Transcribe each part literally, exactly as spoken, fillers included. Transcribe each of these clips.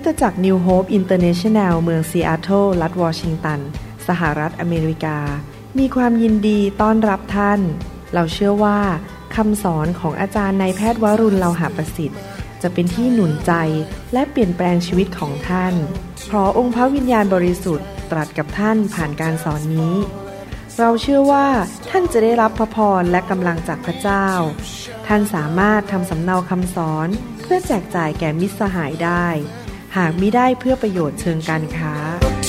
ตจักร New Hope International เมืองซีแอตเทิลรัฐวอชิงตันสหรัฐอเมริกามีความยินดีต้อนรับท่านเราเชื่อว่าคำสอนของอาจารย์นายแพทย์วรุณ เลาหะประสิทธิ์จะเป็นที่หนุนใจและเปลี่ยนแปลงชีวิตของท่านขอองค์พระวิญญาณบริสุทธิ์ตรัสกับท่านผ่านการสอนนี้เราเชื่อว่าท่านจะได้รับพระพรและกำลังจากพระเจ้าท่านสามารถทำสำเนาคำสอนเพื่อแจกจ่ายแก่มิตรสหายได้หากมิได้เพื่อประโยชน์เชิงการค้า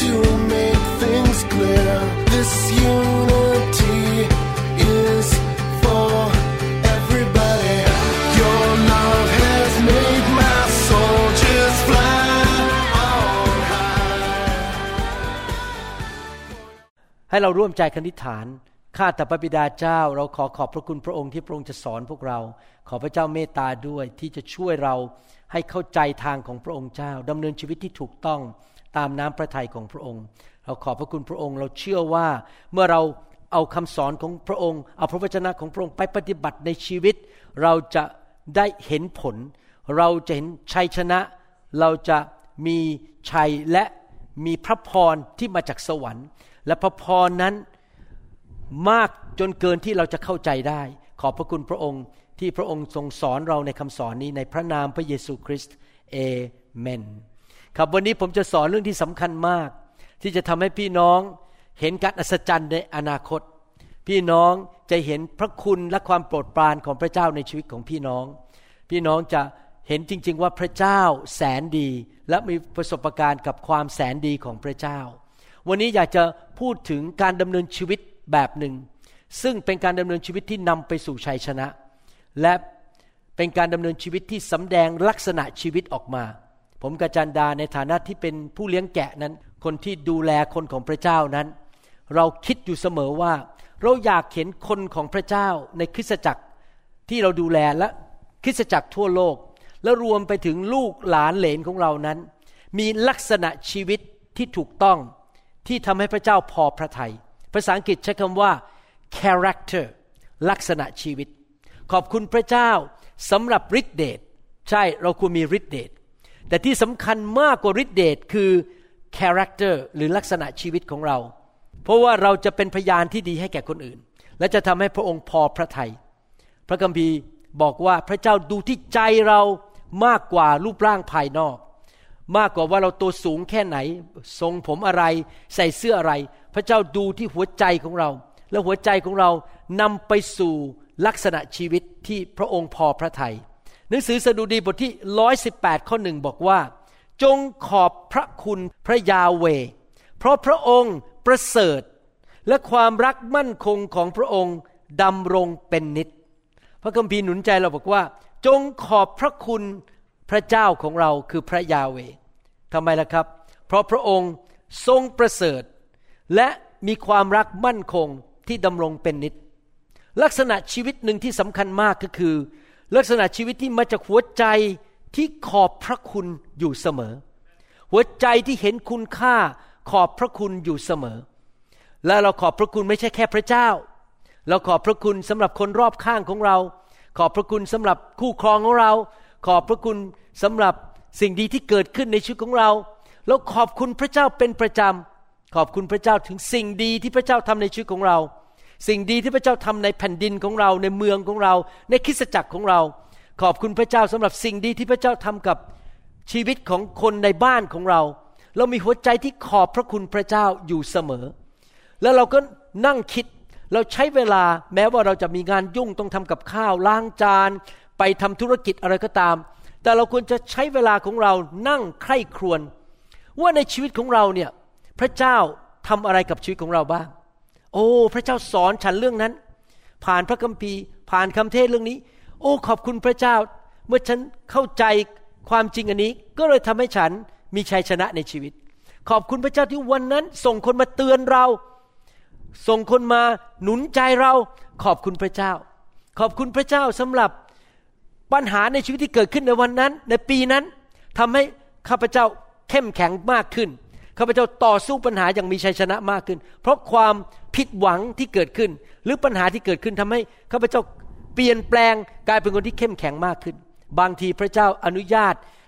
ให้เราร่วมใจกันอธิษฐานข้าแต่พระบิดาเจ้าเราขอขอบพระคุณพระองค์ที่พระองค์จะสอนพวกเราขอพระเจ้าเมตตาด้วยที่จะช่วยเราให้เข้าใจทางของพระองค์เจ้าดำเนินชีวิตที่ถูกต้องตามน้ำพระทัยของพระองค์เราขอบพระคุณพระองค์เราเชื่อว่าเมื่อเราเอาคำสอนของพระองค์เอาพระวจนะของพระองค์ไปปฏิบัติในชีวิตเราจะได้เห็นผลเราจะเห็นชัยชนะเราจะมีชัยและมีพระพรที่มาจากสวรรค์และพระพรนั้นมากจนเกินที่เราจะเข้าใจได้ขอบพระคุณพระองค์ที่พระองค์ทรงสอนเราในคำสอนนี้ในพระนามพระเยซูคริสต์เอเมนครับวันนี้ผมจะสอนเรื่องที่สำคัญมากที่จะทำให้พี่น้องเห็นการอัศจรรย์ในอนาคตพี่น้องจะเห็นพระคุณและความโปรดปรานของพระเจ้าในชีวิตของพี่น้องพี่น้องจะเห็นจริงๆว่าพระเจ้าแสนดีและมีประสบการณ์กับความแสนดีของพระเจ้าวันนี้อยากจะพูดถึงการดำเนินชีวิตแบบหนึ่งซึ่งเป็นการดำเนินชีวิตที่นำไปสู่ชัยชนะและเป็นการดำเนินชีวิตที่สำแดงลักษณะชีวิตออกมาผมกับจันดาในฐานะที่เป็นผู้เลี้ยงแกะนั้นคนที่ดูแลคนของพระเจ้านั้นเราคิดอยู่เสมอว่าเราอยากเห็นคนของพระเจ้าในคริสตจักรที่เราดูแลและคริสตจักรทั่วโลกและรวมไปถึงลูกหลานเหลนของเรานั้นมีลักษณะชีวิตที่ถูกต้องที่ทำให้พระเจ้าพอพระทัยภาษาอังกฤษใช้คำว่า character ลักษณะชีวิตขอบคุณพระเจ้าสำหรับฤทธิเดชใช่เราควรมีฤทธิเดชแต่ที่สำคัญมากกว่าฤทธิเดชคือ character หรือลักษณะชีวิตของเราเพราะว่าเราจะเป็นพยานที่ดีให้แก่คนอื่นและจะทำให้พระองค์พอพระทัยพระคัมภีร์บอกว่าพระเจ้าดูที่ใจเรามากกว่ารูปร่างภายนอกมากกว่าว่าเราตัวสูงแค่ไหนทรงผมอะไรใส่เสื้ออะไรพระเจ้าดูที่หัวใจของเราและหัวใจของเรานำไปสู่ลักษณะชีวิตที่พระองค์พอพระทัยหนังสือสดุดีบทที่หนึ่งร้อยสิบแปดข้อหนึ่งบอกว่าจงขอบพระคุณพระยาเวห์เพราะพระองค์ประเสริฐและความรักมั่นคงของพระองค์ดำรงเป็นนิจพระคัมภีร์หนุนใจเราบอกว่าจงขอบพระคุณพระเจ้าของเราคือพระยาเวห์ทำไมล่ะครับเพราะพระองค์ทรงประเสริฐและมีความรักมั่นคงที่ดำรงเป็นนิจลักษณะชีวิตหนึ่งที่สำคัญมากก็คือลักษณะชีวิตที่มาจากหัวใจที่ขอบพระคุณอยู่เสมอหัวใจที่เห็นคุณค่าขอบพระคุณอยู่เสมอและเราขอบพระคุณไม่ใช่แค่พระเจ้าเราขอบพระคุณสำหรับคนรอบข้างของเราขอบพระคุณสำหรับคู่ครองของเราขอบพระคุณสำหรับสิ่งดีที่เกิดขึ้นในชีวิตของเราแล้วขอบคุณพระเจ้าเป็นประจำขอบคุณพระเจ้าถึงสิ่งดีที่พระเจ้าทำในชีวิตของเราสิ่งดีที่พระเจ้าทำในแผ่นดินของเราในเมืองของเราในคริสตจักรของเราขอบคุณพระเจ้าสำหรับสิ่งดีที่พระเจ้าทำกับชีวิตของคนในบ้านของเราเรามีหัวใจที่ขอบพระคุณพระเจ้าอยู่เสมอแล้วเราก็นั่งคิดเราใช้เวลาแม้ว่าเราจะมีงานยุ่งต้องทำกับข้าวล้างจานไปทำธุรกิจอะไรก็ตามแต่เราควรจะใช้เวลาของเรานั่งใคร่ครวญว่าในชีวิตของเราเนี่ยพระเจ้าทำอะไรกับชีวิตของเราบ้างโอ้พระเจ้าสอนฉันเรื่องนั้นผ่านพระคัมภีร์ผ่านคำเทศน์เรื่องนี้โอ้ขอบคุณพระเจ้าเมื่อฉันเข้าใจความจริงอันนี้ก็เลยทำให้ฉันมีชัยชนะในชีวิตขอบคุณพระเจ้าที่วันนั้นส่งคนมาเตือนเราส่งคนมาหนุนใจเราขอบคุณพระเจ้าขอบคุณพระเจ้าสำหรับปัญหาในชีวิตที่เกิดขึ้นในวันนั้นในปีนั้นทำให้ข้าพเจ้าเข้มแข็งมากขึ้นข้าพเจ้าต่อสู้ปัญหาอย่างมีชัยชนะมากขึ้นเพราะความผิดหวังที่เกิดขึ้นหรือปัญหาที่เกิดขึ้นทำให้ข้าพเจ้าเปลี่ยนแปลงกลายเป็นคนที่เข้มแข็งมากขึ้นบางทีพระเจ้าอนุญาต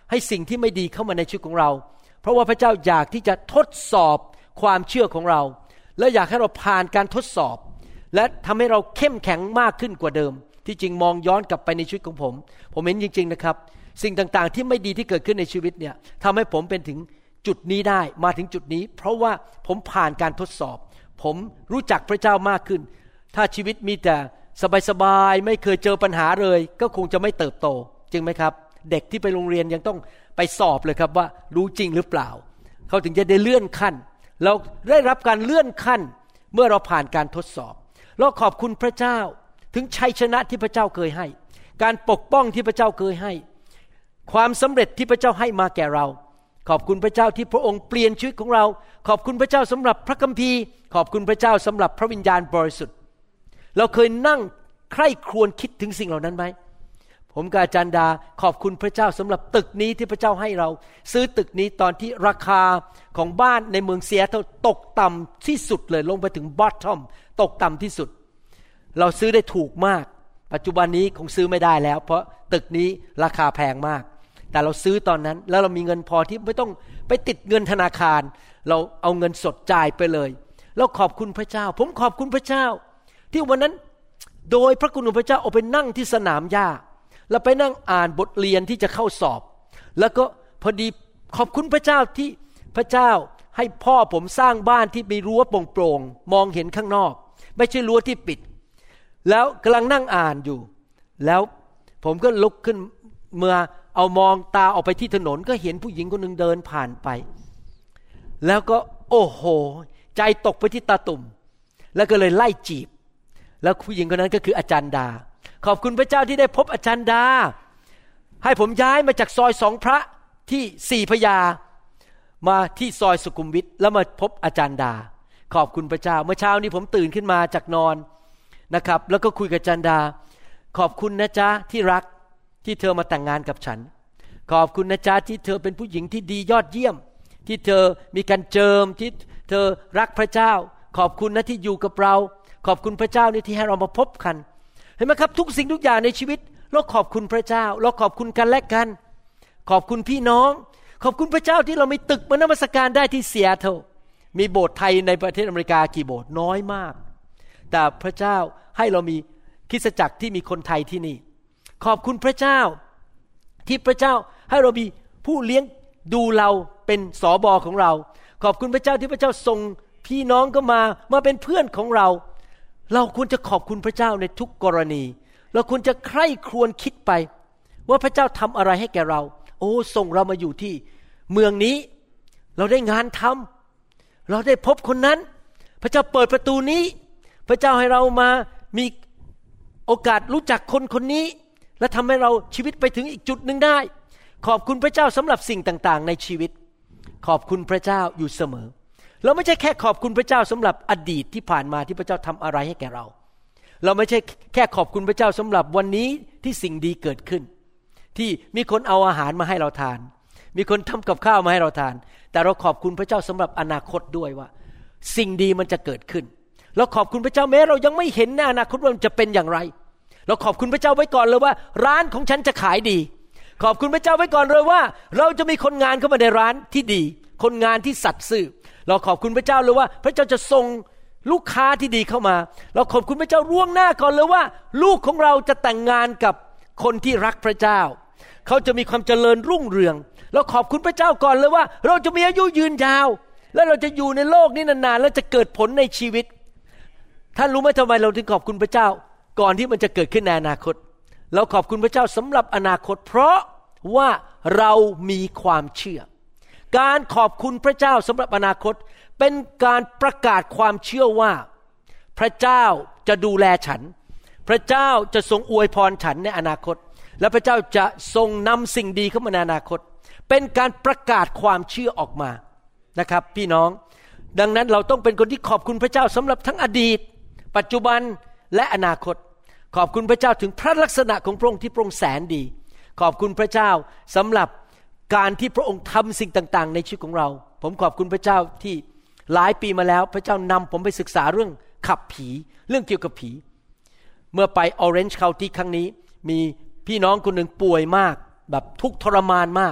ให้สิ่งที่ไม่ดีเข้ามาในชีวิตของเราเพราะว่าพระเจ้าอยากที่จะทดสอบความเชื่อของเราและอยากให้เราผ่านการทดสอบและทำให้เราเข้มแข็งมากขึ้นกว่าเดิมที่จริงมองย้อนกลับไปในชีวิตของผมผมเห็นจริงๆนะครับสิ่งต่างๆที่ไม่ดีที่เกิดขึ้นในชีวิตเนี่ยทำให้ผมเป็นถึงจุดนี้ได้มาถึงจุดนี้เพราะว่าผมผ่านการทดสอบผมรู้จักพระเจ้ามากขึ้นถ้าชีวิตมีแต่สบายๆไม่เคยเจอปัญหาเลยก็คงจะไม่เติบโตจริงไหมครับเด็กที่ไปโรงเรียนยังต้องไปสอบเลยครับว่ารู้จริงหรือเปล่าเขาถึงจะได้เลื่อนขั้นเราได้รับการเลื่อนขั้นเมื่อเราผ่านการทดสอบเราขอบคุณพระเจ้าถึงชัยชนะที่พระเจ้าเคยให้การปกป้องที่พระเจ้าเคยให้ความสำเร็จที่พระเจ้าให้มาแก่เราขอบคุณพระเจ้าที่พระองค์เปลี่ยนชีวิตของเราขอบคุณพระเจ้าสำหรับพระคัมภีร์ขอบคุณพระเจ้าสำหรับพระวิญญาณบริสุทธิ์เราเคยนั่งใคร่ครวญคิดถึงสิ่งเหล่านั้นไหมผมกับอาจารย์ดาขอบคุณพระเจ้าสำหรับตึกนี้ที่พระเจ้าให้เราซื้อตึกนี้ตอนที่ราคาของบ้านในเมืองเซียโตรตกต่ำที่สุดเลยลงไปถึงบอททอมตกต่ำที่สุดเราซื้อได้ถูกมากปัจจุบันนี้คงซื้อไม่ได้แล้วเพราะตึกนี้ราคาแพงมากแต่เราซื้อตอนนั้นแล้วเรามีเงินพอที่ไม่ต้องไปติดเงินธนาคารเราเอาเงินสดจ่ายไปเลยเราขอบคุณพระเจ้าผมขอบคุณพระเจ้าที่วันนั้นโดยพระคุณของพระเจ้าเอาไปนั่งที่สนามหญ้าแล้วไปนั่งอ่านบทเรียนที่จะเข้าสอบแล้วก็พอดีขอบคุณพระเจ้าที่พระเจ้าให้พ่อผมสร้างบ้านที่มีรั้วโปร่งๆมองเห็นข้างนอกไม่ใช่รั้วที่ปิดแล้วกำลังนั่งอ่านอยู่แล้วผมก็ลุกขึ้นเมื่อเอามองตาออกไปที่ถนนก็เห็นผู้หญิงคนหนึ่งเดินผ่านไปแล้วก็โอ้โหใจตกไปที่ตาตุ่มแล้วก็เลยไล่จีบแล้วผู้หญิงคนนั้นก็คืออาจารย์ดาขอบคุณพระเจ้าที่ได้พบอาจารย์ดาให้ผมย้ายมาจากซอยสองพระที่สี่พระยามาที่ซอยสุขุมวิทแล้วมาพบอาจารย์ดาขอบคุณพระเจ้าเมื่อเช้านี้ผมตื่นขึ้นมาจากนอนนะครับแล้วก็คุยกับอาจารย์ดาขอบคุณนะจ๊ะที่รักที่เธอมาแต่งงานกับฉันขอบคุณนะจ๊ะที่เธอเป็นผู้หญิงที่ดียอดเยี่ยมที่เธอมีการเจิมที่เธอรักพระเจ้าขอบคุณนะที่อยู่กับเราขอบคุณพระเจ้านี่ที่ให้เรามาพบกันเห็นไหมครับทุกสิ่งทุกอย่างในชีวิตเราขอบคุณพระเจ้าเราขอบคุณกันและกันขอบคุณพี่น้องขอบคุณพระเจ้าที่เรามีตึกมานมัสการได้ที่ซีแอตเทิลมีโบสถ์ไทยในประเทศอเมริกากี่โบสถ์น้อยมากแต่พระเจ้าให้เรามีคริสตจักรที่มีคนไทยที่นี่ขอบคุณพระเจ้าที่พระเจ้าให้เรามีผู้เลี้ยงดูเราเป็นสบของเราขอบคุณพระเจ้าที่พระเจ้าส่งพี่น้องก็มามาเป็นเพื่อนของเราเราควรจะขอบคุณพระเจ้าในทุกกรณีเราควรจะใคร่ครวญคิดไปว่าพระเจ้าทำอะไรให้แก่เราโอ้ส่งเรามาอยู่ที่เมืองนี้เราได้งานทำเราได้พบคนนั้นพระเจ้าเปิดประตูนี้พระเจ้าให้เรามามีโอกาสรู้จักคนคนนี้และทำให้เราชีวิตไปถึงอีกจุดหนึ่งได้ขอบคุณพระเจ้าสำหรับสิ่งต่างๆในชีวิตขอบคุณพระเจ้าอยู่เสมอเราไม่ใช่แค่ขอบคุณพระเจ้าสำหรับอดีตที่ผ่านมาที่พระเจ้าทำอะไรให้แก่เราเราไม่ใช่แค่ขอบคุณพระเจ้าสำหรับวันนี้ที่สิ่งดีเกิดขึ้นที่มีคนเอาอาหารมาให้เราทานมีคนทำกับข้าวมาให้เราทานแต่เราขอบคุณพระเจ้าสำหรับอนาคตด้วยว่าสิ่งดีมันจะเกิดขึ้นเราขอบคุณพระเจ้าแม้เรายังไม่เห็นในอนาคตว่ามันจะเป็นอย่างไรเราขอบคุณพระเจ้าไว้ก่อนเลยว่าร้านของฉันจะขายดีขอบคุณพระเจ้าไว้ก่อนเลยว่าเราจะมีคนงานเข้ามาในร้านที่ดีคนงานที่สัตย์ซื่อเราขอบคุณพระเจ้าเลยว่าพระเจ้าจะส่งลูกค้าที่ดีเข้ามาเราขอบคุณพระเจ้าล่วงหน้าก่อนเลยว่าลูกของเราจะแต่งงานกับคนที่รักพระเจ้าเขาจะมีความเจริญรุ่งเรืองเราขอบคุณพระเจ้าก่อนเลยว่าเราจะมีอายุยืนยาวและเราจะอยู่ในโลกนี้นานๆแล้วจะเกิดผลในชีวิตท่านรู้ไหมทำไมเราถึงขอบคุณพระเจ้าก่อนที่มันจะเกิดขึ้นในอนาคตเราขอบคุณพระเจ้าสำหรับอนาคตเพราะว่าเรามีความเชื่อการขอบคุณพระเจ้าสำหรับอนาคตเป็นการประกาศความเชื่อว่าพระเจ้าจะดูแลฉันพระเจ้าจะทรงอวยพรฉันในอนาคตและพระเจ้าจะทรงนำสิ่งดีเข้ามาในอนาคตเป็นการประกาศความเชื่อออกมานะครับพี่น้องดังนั้นเราต้องเป็นคนที่ขอบคุณพระเจ้าสำหรับทั้งอดีตปัจจุบันและอนาคตขอบคุณพระเจ้าถึงพระลักษณะของพระองค์ที่พระองค์แสนดีขอบคุณพระเจ้าสำหรับการที่พระองค์ทำสิ่งต่างๆในชีวิตของเราผมขอบคุณพระเจ้าที่หลายปีมาแล้วพระเจ้านำผมไปศึกษาเรื่องขับผีเรื่องเกี่ยวกับผีเมื่อไป Orange County ครั้งนี้มีพี่น้องคนหนึ่งป่วยมากแบบทุกข์ทรมานมาก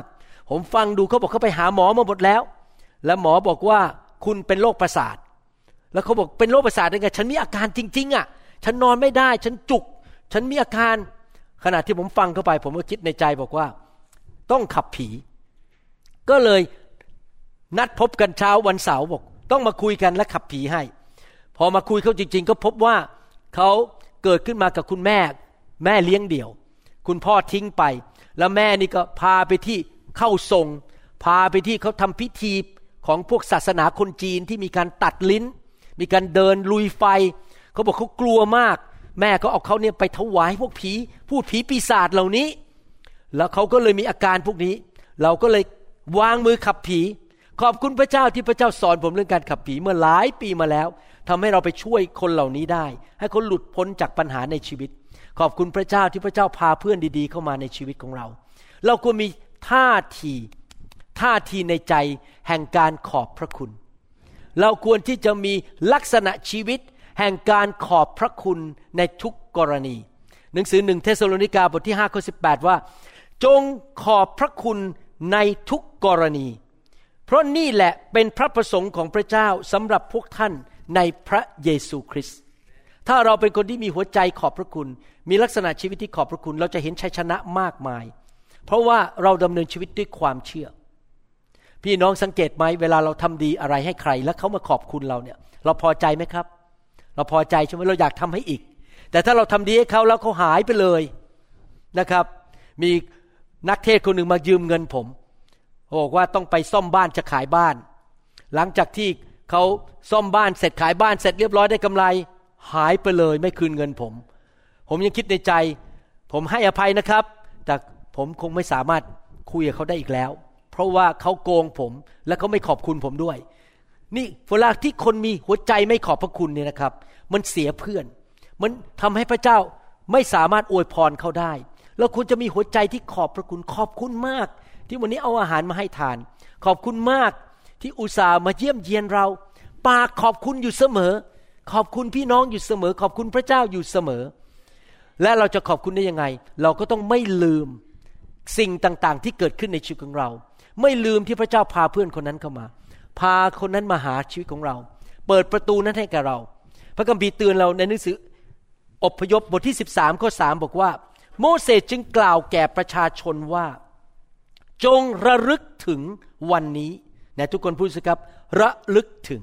ผมฟังดูเขาบอกเขาไปหาหมอมาหมดแล้วแล้วหมอบอกว่าคุณเป็นโรคประสาทแล้วเขาบอกเป็นโรคประสาทได้ไงฉันมีอาการจริงๆอ่ะฉันนอนไม่ได้ฉันจุกฉันมีอาการขณะที่ผมฟังเข้าไปผมก็คิดในใจบอกว่าต้องขับผีก็เลยนัดพบกันเช้าวันเสาร์บอกต้องมาคุยกันและขับผีให้พอมาคุยเขาจริงๆก็พบว่าเขาเกิดขึ้นมากับคุณแม่แม่เลี้ยงเดี่ยวคุณพ่อทิ้งไปแล้วแม่นี่ก็พาไปที่เข้าทรงพาไปที่เขาทำพิธีของพวกศาสนาคนจีนที่มีการตัดลิ้นมีการเดินลุยไฟเขาบอกเขากลัวมากแม่ก็เอาเขาเนี่ยไปถวายพวกผีพูดผีปีศาจเหล่านี้แล้วเขาก็เลยมีอาการพวกนี้เราก็เลยวางมือขับผีขอบคุณพระเจ้าที่พระเจ้าสอนผมเรื่องการขับผีเมื่อหลายปีมาแล้วทำให้เราไปช่วยคนเหล่านี้ได้ให้เขาหลุดพ้นจากปัญหาในชีวิตขอบคุณพระเจ้าที่พระเจ้าพาเพื่อนดีๆเข้ามาในชีวิตของเราเราควรมีท่าทีท่าทีในใจแห่งการขอบพระคุณเราควรที่จะมีลักษณะชีวิตแห่งการขอบพระคุณในทุกกรณีหนังสือหนึ่งเธสโลนิกาบทที่ห้าข้อสิบแปดว่าจงขอบพระคุณในทุกกรณีเพราะนี่แหละเป็นพระประสงค์ของพระเจ้าสำหรับพวกท่านในพระเยซูคริสต์ถ้าเราเป็นคนที่มีหัวใจขอบพระคุณมีลักษณะชีวิตที่ขอบพระคุณเราจะเห็นชัยชนะมากมายเพราะว่าเราดำเนินชีวิตด้วยความเชื่อพี่น้องสังเกตไหมเวลาเราทำดีอะไรให้ใครแล้วเขามาขอบคุณเราเนี่ยเราพอใจไหมครับเราพอใจใช่ไหมเราอยากทำให้อีกแต่ถ้าเราทำดีให้เขาแล้วเขาหายไปเลยนะครับมีนักเทศน์คนหนึ่งมายืมเงินผมบอกว่าต้องไปซ่อมบ้านจะขายบ้านหลังจากที่เขาซ่อมบ้านเสร็จขายบ้านเสร็จเรียบร้อยได้กำไรหายไปเลยไม่คืนเงินผมผมยังคิดในใจผมให้อภัยนะครับแต่ผมคงไม่สามารถคุยกับเขาได้อีกแล้วเพราะว่าเขาโกงผมและเขาไม่ขอบคุณผมด้วยนี่เวลาที่คนมีหัวใจไม่ขอบพระคุณเนี่ยนะครับมันเสียเพื่อนมันทำให้พระเจ้าไม่สามารถอวยพรเขาได้เราควรจะมีหัวใจที่ขอบพระคุณขอบคุณมากที่วันนี้เอาอาหารมาให้ทานขอบคุณมากที่อุตส่าห์มาเยี่ยมเยียนเราปากขอบคุณอยู่เสมอขอบคุณพี่น้องอยู่เสมอขอบคุณพระเจ้าอยู่เสมอและเราจะขอบคุณได้ยังไงเราก็ต้องไม่ลืมสิ่งต่างๆที่เกิดขึ้นในชีวิตของเราไม่ลืมที่พระเจ้าพาเพื่อนคนนั้นเข้ามาพาคนนั้นมาหาชีวิตของเราเปิดประตูนั้นให้แก่เราพระคัมภีร์เตือนเราในหนังสืออพยพบทที่สิบสามข้อสามบอกว่าโมเสสจึงกล่าวแก่ประชาชนว่าจงระลึกถึงวันนี้นะทุกคนพูดสิครับระลึกถึง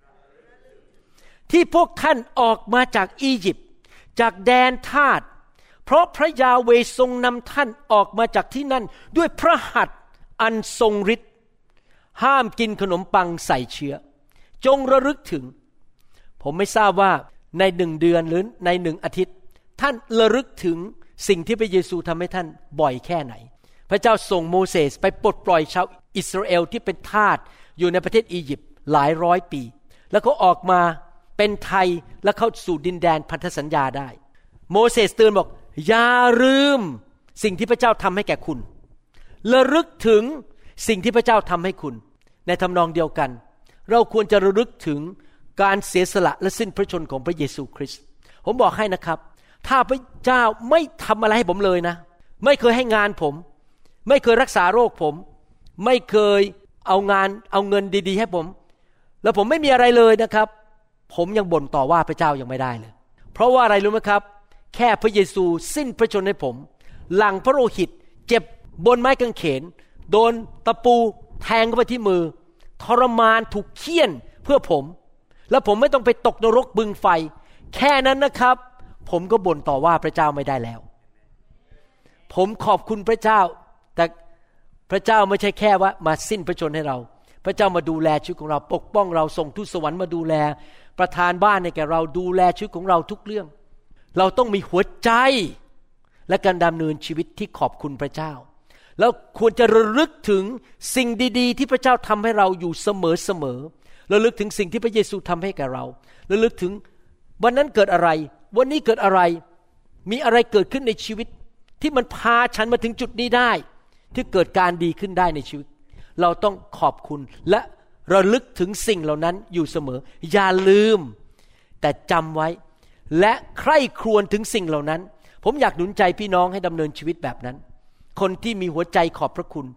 ที่พวกท่านออกมาจากอียิปต์จากแดนทาสเพราะพระยาเวห์ทรงนำท่านออกมาจากที่นั่นด้วยพระหัตถ์อันทรงฤทธิ์ห้ามกินขนมปังใส่เชื้อจงระลึกถึงผมไม่ทราบว่าในหนึ่งเดือนหรือในหนึ่งอาทิตย์ท่านระลึกถึงสิ่งที่พระเยซูทำให้ท่านบ่อยแค่ไหนพระเจ้าส่งโมเสสไปปลดปล่อยชาวอิสราเอลที่เป็นทาสอยู่ในประเทศอียิปต์หลายร้อยปีแล้วเขาออกมาเป็นไทยและเข้าสู่ดินแดนพันธสัญญาได้โมเสสเตือนบอกอย่าลืมสิ่งที่พระเจ้าทำให้แก่คุณระลึกถึงสิ่งที่พระเจ้าทำให้คุณในทำนองเดียวกันเราควรจะระลึกถึงการเสียสละและสิ้นพระชนของพระเยซูคริสต์ผมบอกให้นะครับถ้าพระเจ้าไม่ทำอะไรให้ผมเลยนะไม่เคยให้งานผมไม่เคยรักษาโรคผมไม่เคยเอางานเอาเงินดีๆให้ผมแล้วผมไม่มีอะไรเลยนะครับผมยังบ่นต่อว่าพระเจ้ายังไม่ได้เลยเพราะว่าอะไรรู้ไหมครับแค่พระเยซูสิ้นพระชนให้ผมหลั่งพระโลหิตเจ็บบนไม้กางเขนโดนตะปูแทงเข้าไปที่มือทรมานถูกเฆี่ยนเพื่อผมแล้วผมไม่ต้องไปตกนรกบึงไฟแค่นั้นนะครับผมก็บ่นต่อว่าพระเจ้าไม่ได้แล้วผมขอบคุณพระเจ้าแต่พระเจ้าไม่ใช่แค่ว่ามาสิ้นพระชนให้เราพระเจ้ามาดูแลชีวิตของเราปกป้องเราส่งทูตสวรรค์มาดูแลประทานบ้านให้แก่เราดูแลชีวิตของเราทุกเรื่องเราต้องมีหัวใจและการดำเนินชีวิตที่ขอบคุณพระเจ้าแล้วควรจะระลึกถึงสิ่งดีๆที่พระเจ้าทำให้เราอยู่เสมอๆระลึกถึงสิ่งที่พระเยซูทำให้แก่เราระลึกถึงวันนั้นเกิดอะไรวันนี้เกิดอะไรมีอะไรเกิดขึ้นในชีวิตที่มันพาฉันมาถึงจุดนี้ได้ที่เกิดการดีขึ้นได้ในชีวิตเราต้องขอบคุณและระลึกถึงสิ่งเหล่านั้นอยู่เสมออย่าลืมแต่จำไว้และใคร่ครวญถึงสิ่งเหล่านั้นผมอยากหนุนใจพี่น้องให้ดำเนินชีวิตแบบนั้นคนที่มีหัวใจขอบพระคุณ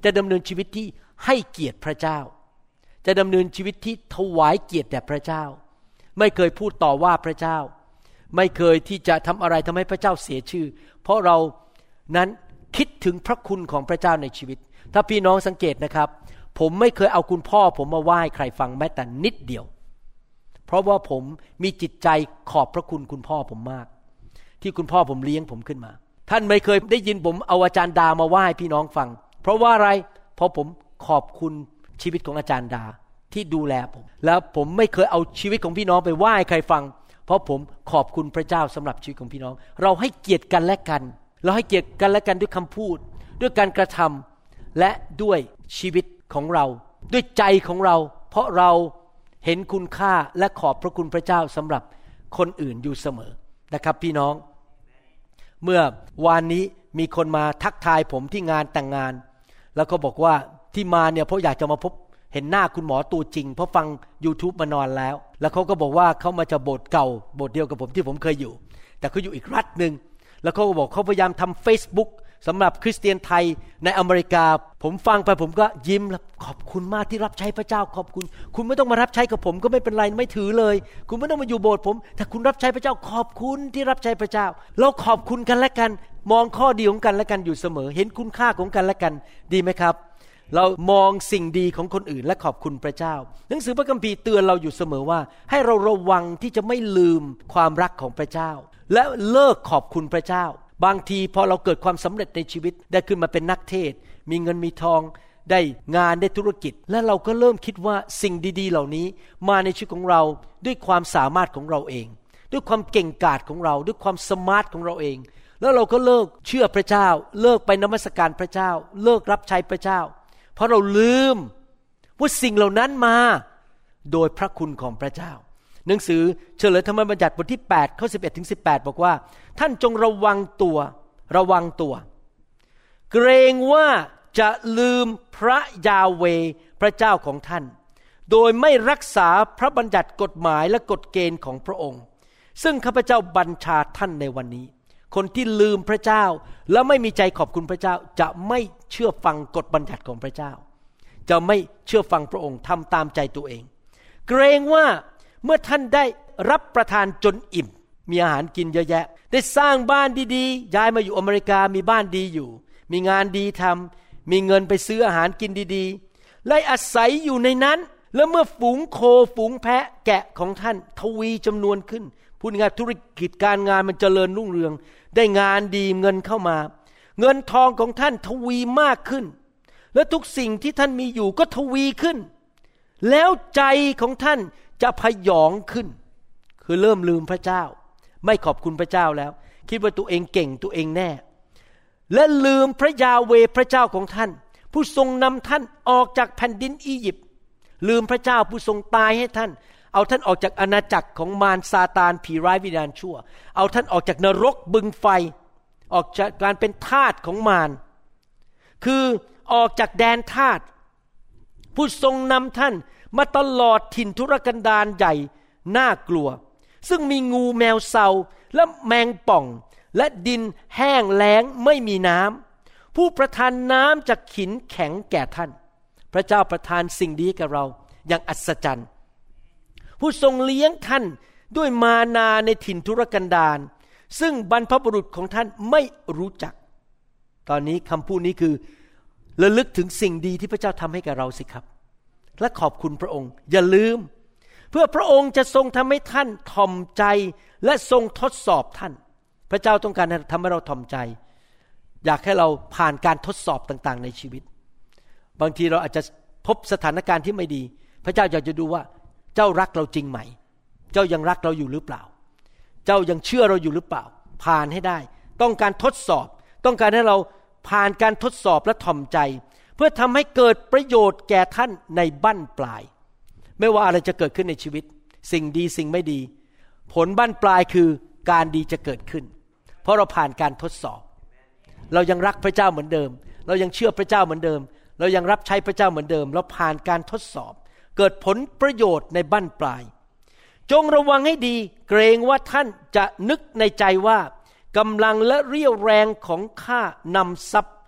จะดำเนินชีวิตที่ให้เกียรติพระเจ้าจะดำเนินชีวิตที่ถวายเกียรติแด่พระเจ้าไม่เคยพูดต่อว่าพระเจ้าไม่เคยที่จะทำอะไรทำให้พระเจ้าเสียชื่อเพราะเรานั้นคิดถึงพระคุณของพระเจ้าในชีวิตถ้าพี่น้องสังเกตนะครับผมไม่เคยเอาคุณพ่อผมมาไหว้ใครฟังแม้แต่นิดเดียวเพราะว่าผมมีจิตใจขอบพระคุณคุณพ่อผมมากที่คุณพ่อผมเลี้ยงผมขึ้นมาท่านไม่เคยได้ยินผมเอาอาจารย์ดามาไหว้พี่น้องฟังเพราะว่าอะไรเพราะผมขอบคุณชีวิตของอาจารย์ดาที่ดูแลผมแล้วผมไม่เคยเอาชีวิตของพี่น้องไปไหว้ใครฟังเพราะผมขอบคุณพระเจ้าสำหรับชีวิตของพี่น้องเราให้เกียรติกันและกันเราให้เกียรติกันและกันด้วยคำพูดด้วยการกระทำและด้วยชีวิตของเราด้วยใจของเราเพราะเราเห็นคุณค่าและขอบพระคุณพระเจ้าสำหรับคนอื่นอยู่เสมอนะครับพี่น้องเมื่อวานนี้มีคนมาทักทายผมที่งานแต่งงานแล้วก็บอกว่าที่มาเนี่ยเพราะอยากจะมาพบเห็นหน้าคุณหมอตัวจริงเพราะฟัง YouTube มานอนแล้วแล้วเขาก็บอกว่าเขามาจากโบสถ์เก่าโบสถ์เดียวกับผมที่ผมเคยอยู่แต่เขาอยู่อีกรัฐนึงแล้วเขาก็บอกเขาพยายามทำ Facebook สำหรับคริสเตียนไทยในอเมริกาผมฟังไปผมก็ยิ้มแล้วขอบคุณมากที่รับใช้พระเจ้าขอบคุณคุณไม่ต้องมารับใช้กับผมก็ไม่เป็นไรไม่ถือเลยคุณไม่ต้องมาอยู่โบสถ์ผมแต่คุณรับใช้พระเจ้าขอบคุณที่รับใช้พระเจ้าเราขอบคุณกันและกันมองข้อดีของกันและกันอยู่เสมอเห็นคุณค่าของกันและกันดีไหมครับเรามองสิ่งดีของคนอื่นและขอบคุณพระเจ้าหนังสือพระคัมภีร์เตือนเราอยู่เสมอว่าให้เราระวังที่จะไม่ลืมความรักของพระเจ้าและเลิกขอบคุณพระเจ้าบางทีพอเราเกิดความสำเร็จในชีวิตได้ขึ้นมาเป็นนักเทศมีเงินมีทองได้งานได้ธุรกิจและเราก็เริ่มคิดว่าสิ่งดีๆเหล่านี้มาในชีวิตของเราด้วยความสามารถของเราเองด้วยความเก่งกาจของเราด้วยความสมาร์ทของเราเองแล้วเราก็เลิกเชื่อพระเจ้าเลิกไปนมัสการพระเจ้าเลิกรับใช้พระเจ้าเพราะเราลืมว่าสิ่งเหล่านั้นมาโดยพระคุณของพระเจ้าหนังสือเฉลยธรรมบัญญัติบทที่แปดข้อสิบเอ็ดถึงสิบแปดบอกว่าท่านจงระวังตัวระวังตัวเกรงว่าจะลืมพระยาเวห์พระเจ้าของท่านโดยไม่รักษาพระบัญญัติกฎหมายและกฎเกณฑ์ของพระองค์ซึ่งข้าพเจ้าบัญชาท่านในวันนี้คนที่ลืมพระเจ้าและไม่มีใจขอบคุณพระเจ้าจะไม่เชื่อฟังกฎบัญญัติของพระเจ้าจะไม่เชื่อฟังพระองค์ทำตามใจตัวเองเกรงว่าเมื่อท่านได้รับประทานจนอิ่มมีอาหารกินเยอะแยะได้สร้างบ้านดีๆย้ายมาอยู่อเมริกามีบ้านดีอยู่มีงานดีทำมีเงินไปซื้ออาหารกินดีๆและอาศัยอยู่ในนั้นแล้วเมื่อฝูงโคฝูงแพะแกะของท่านทวีจำนวนขึ้นพูดง่ายๆธุรกิจการงานมันเจริญรุ่งเรืองได้งานดีเงินเข้ามาเงินทองของท่านทวีมากขึ้นและทุกสิ่งที่ท่านมีอยู่ก็ทวีขึ้นแล้วใจของท่านจะพยองขึ้นคือเริ่มลืมพระเจ้าไม่ขอบคุณพระเจ้าแล้วคิดว่าตัวเองเก่งตัวเองแน่และลืมพระยาเวห์พระเจ้าของท่านผู้ทรงนำท่านออกจากแผ่นดินอียิปต์ลืมพระเจ้าผู้ทรงตายให้ท่านเอาท่านออกจากอาณาจักรของมารซาตานผีร้ายวิญญาณชั่วเอาท่านออกจากนรกบึงไฟออกจากการเป็นทาสของมารคือออกจากแดนทาสผู้ทรงนำท่านมาตลอดถิ่นทุรกันดารใหญ่น่ากลัวซึ่งมีงูแมวเซาและแมงป่องและดินแห้งแล้งไม่มีน้ำผู้ประทานน้ำจากหินแข็งแก่ท่านพระเจ้าประทานสิ่งดีแก่เราอย่างอัศจรรย์ผู้ทรงเลี้ยงท่านด้วยมานาในถิ่นทุรกันดารซึ่งบรรพบุรุษของท่านไม่รู้จักตอนนี้คำพูดนี้คือระลึกถึงสิ่งดีที่พระเจ้าทำให้กับเราสิครับและขอบคุณพระองค์อย่าลืมเพื่อพระองค์จะทรงทำให้ท่านถ่อมใจและทรงทดสอบท่านพระเจ้าต้องการทำให้เราถ่อมใจอยากให้เราผ่านการทดสอบต่างๆในชีวิตบางทีเราอาจจะพบสถานการณ์ที่ไม่ดีพระเจ้าอยากจะดูว่าเจ้ารักเราจริงไหมเจ้ายังรักเราอยู่หรือเปล่าเจ้ายังเชื่อเราอยู่หรือเปล่าผ่านให้ได้ต้องการทดสอบต้องการให้เราผ่านการทดสอบและถ่อมใจเพื่อทำให้เกิดประโยชน์แก่ท่านในบั้นปลายไม่ว่าอะไรจะเกิดขึ้นในชีวิตสิ่งดีสิ่งไม่ดีผลบั้นปลายคือการดีจะเกิดขึ้นเพราะเราผ่านการทดสอบเรายังรักพระเจ้าเหมือนเดิมเรายังเชื่อพระเจ้าเหมือนเดิมเรายังรับใช้พระเจ้าเหมือนเดิมเราผ่านการทดสอบเกิดผลประโยชน์ในบั้นปลายจงระวังให้ดีเกรงว่าท่านจะนึกในใจว่ากำลังและเรี่ยวแรงของข้านำทรัพย์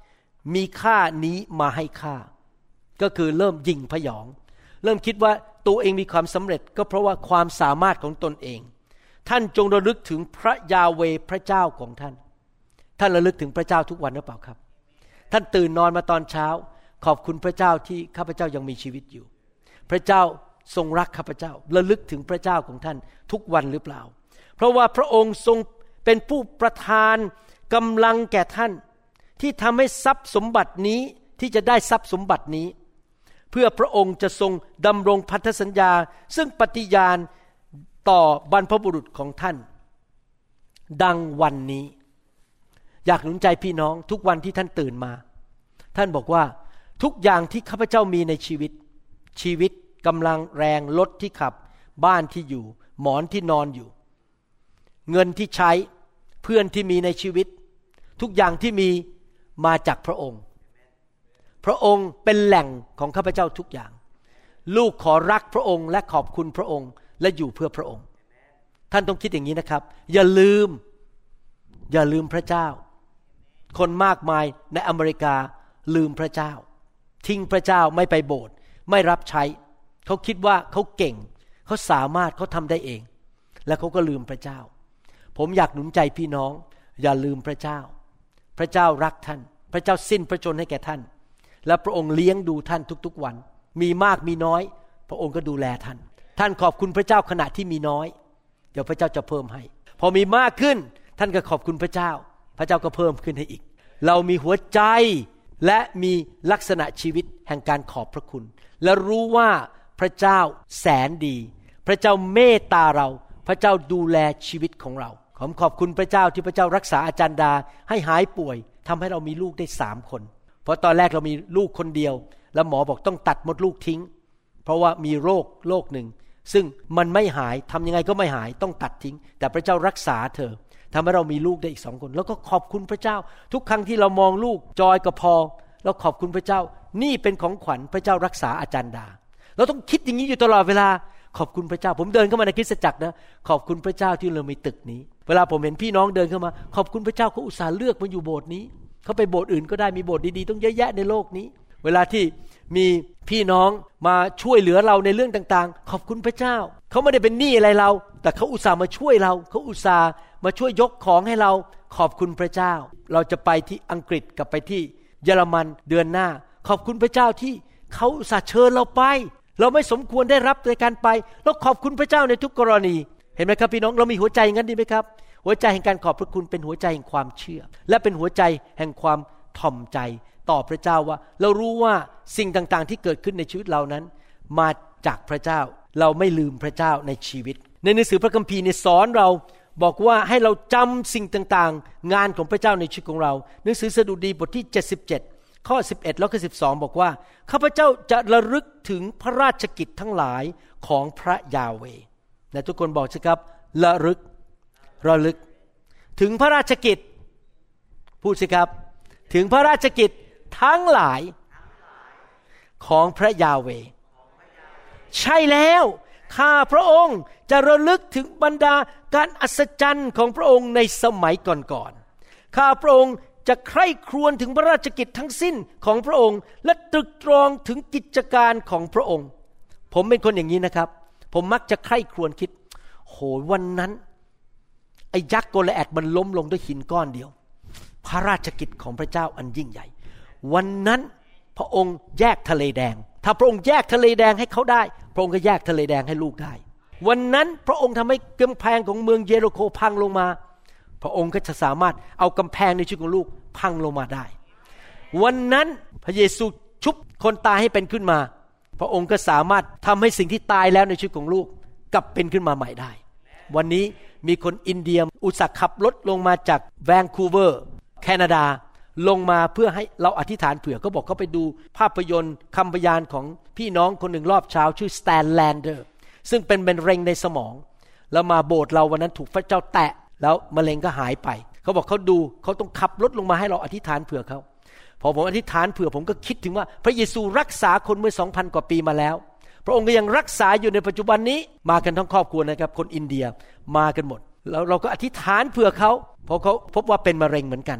มีค่านี้มาให้ค่าก็คือเริ่มยิงพยองเริ่มคิดว่าตัวเองมีความสำเร็จก็เพราะว่าความสามารถของตนเองท่านจงระลึกถึงพระยาเวห์พระเจ้าของท่านท่านระลึกถึงพระเจ้าทุกวันหรือเปล่าครับท่านตื่นนอนมาตอนเช้าขอบคุณพระเจ้าที่ข้าพเจ้ายังมีชีวิตอยู่พระเจ้าทรงรักข้าพเจ้าระลึกถึงพระเจ้าของท่านทุกวันหรือเปล่าเพราะว่าพระองค์ทรงเป็นผู้ประทานกำลังแก่ท่านที่ทำให้ทรัพย์สมบัตินี้ที่จะได้ทรัพย์สมบัตินี้เพื่อพระองค์จะทรงดำรงพันธสัญญาซึ่งปฏิญาณต่อบรรพบุรุษของท่านดังวันนี้อยากหนุนใจพี่น้องทุกวันที่ท่านตื่นมาท่านบอกว่าทุกอย่างที่ข้าพเจ้ามีในชีวิตชีวิตกำลังแรงรถที่ขับบ้านที่อยู่หมอนที่นอนอยู่เงินที่ใช้เพื่อนที่มีในชีวิตทุกอย่างที่มีมาจากพระองค์พระองค์เป็นแหล่งของข้าพเจ้าทุกอย่างลูกขอรักพระองค์และขอบคุณพระองค์และอยู่เพื่อพระองค์ท่านต้องคิดอย่างนี้นะครับอย่าลืมอย่าลืมพระเจ้าคนมากมายในอเมริกาลืมพระเจ้าทิ้งพระเจ้าไม่ไปโบสถ์ไม่รับใช้เขาคิดว่าเขาเก่งเขาสามารถเขาทำได้เองและเขาก็ลืมพระเจ้าผมอยากหนุนใจพี่น้องอย่าลืมพระเจ้าพระเจ้ารักท่านพระเจ้าสิ้นพระชนม์ให้แก่ท่านและพระองค์เลี้ยงดูท่านทุกๆวันมีมากมีน้อยพระองค์ก็ดูแลท่านท่านขอบคุณพระเจ้าขณะที่มีน้อยเดี๋ยวพระเจ้าจะเพิ่มให้พอมีมากขึ้นท่านก็ขอบคุณพระเจ้าพระเจ้าก็เพิ่มขึ้นให้อีกเรามีหัวใจและมีลักษณะชีวิตแห่งการขอบพระคุณและรู้ว่าพระเจ้าแสนดีพระเจ้าเมตตาเราพระเจ้าดูแลชีวิตของเราขอขอบคุณพระเจ้าที่พระเจ้ารักษาอาจารย์ดาให้หายป่วยทำให้เรามีลูกได้สามคนเพราะตอนแรกเรามีลูกคนเดียวแล้วหมอบอกต้องตัดมดลูกทิ้งเพราะว่ามีโรคโรคหนึ่งซึ่งมันไม่หายทำยังไงก็ไม่หายต้องตัดทิ้งแต่พระเจ้ารักษาเธอทำให้เรามีลูกได้อีกสองคนแล้วก็ขอบคุณพระเจ้าทุกครั้งที่เรามองลูกจอยกับพอเราขอบคุณพระเจ้านี่เป็นของขวัญพระเจ้ารักษาอาจารย์ดาเราต้องคิดอย่างนี้อยู่ตลอดเวลาขอบคุณพระเจ้าผมเดินเข้ามาในคริสตจักรนะขอบคุณพระเจ้าที่เรามีตึกนี้เวลาผมเห็นพี่น้องเดินเข้ามาขอบคุณพระเจ้าเขาอุตส่าห์เลือกมาอยู่โบสถ์นี้เขาไปโบสถ์อื่นก็ได้มีโบสถ์ดีๆต้องเยอะแยะในโลกนี้เวลาที่มีพี่น้องมาช่วยเหลือเราในเรื่องต่างๆขอบคุณพระเจ้าเขาไม่ได้เป็นหนี้อะไรเราแต่เขาอุตส่าห์มาช่วยเราเขาอุตส่าห์มาช่วยยกของให้เราขอบคุณพระเจ้าเราจะไปที่อังกฤษกับไปที่เยอรมันเดือนหน้าขอบคุณพระเจ้าที่เขาอุตส่าห์เชิญเราไปเราไม่สมควรได้รับในการไปแล้วขอบคุณพระเจ้าในทุกกรณีเห็นไหมครับพี่น้องเรามีหัวใจอย่างนั้นดีไหมครับหัวใจแห่งการขอบพระคุณเป็นหัวใจแห่งความเชื่อและเป็นหัวใจแห่งความถ่อมใจต่อพระเจ้าว่าเรารู้ว่าสิ่งต่างๆที่เกิดขึ้นในชีวิตเรานั้นมาจากพระเจ้าเราไม่ลืมพระเจ้าในชีวิตในหนังสือพระคัมภีร์เนี่ยสอนเราบอกว่าให้เราจำสิ่งต่างๆงานของพระเจ้าในชีวิตของเราหนังสือสดุดีบทที่เจ็ดสิบเจ็ดข้อสิบเอ็ดแล้วก็สิบสองบอกว่าข้าพเจ้าจะระลึกถึงพระราชกิจทั้งหลายของพระยาเวห์นะทุกคนบอกสิครับระลึกระลึกถึงพระราชกิจพูดสิครับถึงพระราชกิจทั้งหลายของพระยาเวห์ใช่แล้วข้าพระองค์จะระลึกถึงบรรดาการอัศจรรย์ของพระองค์ในสมัยก่อนๆข้าพระองค์จะใคร่ครวญถึงพระราชกิจทั้งสิ้นของพระองค์และตรึกตรองถึงกิจการของพระองค์ผมเป็นคนอย่างนี้นะครับผมมักจะใคร่ครวญคิดโหวันนั้นไอ้ยักษ์โกลิแอธมันล้มลงด้วยหินก้อนเดียวพระราชกิจของพระเจ้าอันยิ่งใหญ่วันนั้นพระองค์แยกทะเลแดงถ้าพระองค์แยกทะเลแดงให้เขาได้พระองค์ก็แยกทะเลแดงให้ลูกได้วันนั้นพระองค์ทำให้กำแพงของเมืองเยริโคพังลงมาพระองค์ก็จะสามารถเอากำแพงในชีวิตของลูกพังลงมาได้วันนั้นพระเยซูชุบคนตายให้เป็นขึ้นมาพระองค์ก็สามารถทำให้สิ่งที่ตายแล้วในชีวิตของลูกกลับเป็นขึ้นมาใหม่ได้วันนี้มีคนอินเดียอุตส่าห์ขับรถลงมาจากแวนคูเวอร์แคนาดาลงมาเพื่อให้เราอธิษฐานเผื่อเขาบอกเขาไปดูภาพยนตร์คำพยานของพี่น้องคนหนึ่งรอบเช้าชื่อสแตนแลนเดอร์ซึ่งเป็นมะเร็งในสมองแล้วมาโบสถ์เราวันนั้นถูกพระเจ้าแตะแล้วมะเร็งก็หายไปเขาบอกเขาดูเขาต้องขับรถลงมาให้เราอธิษฐานเผื่อเขาพอผมอธิษฐานเผื่อผมก็คิดถึงว่าพระเยซูรักษาคนเมื่อ สองพัน กว่าปีมาแล้วพระองค์ก็ยังรักษาอยู่ในปัจจุบันนี้มากันทั้งครอบครัวนะครับคนอินเดียมากันหมดแล้วเราก็อธิษฐานเผื่อเขาเพราะเขาพบว่าเป็นมะเร็งเหมือนกัน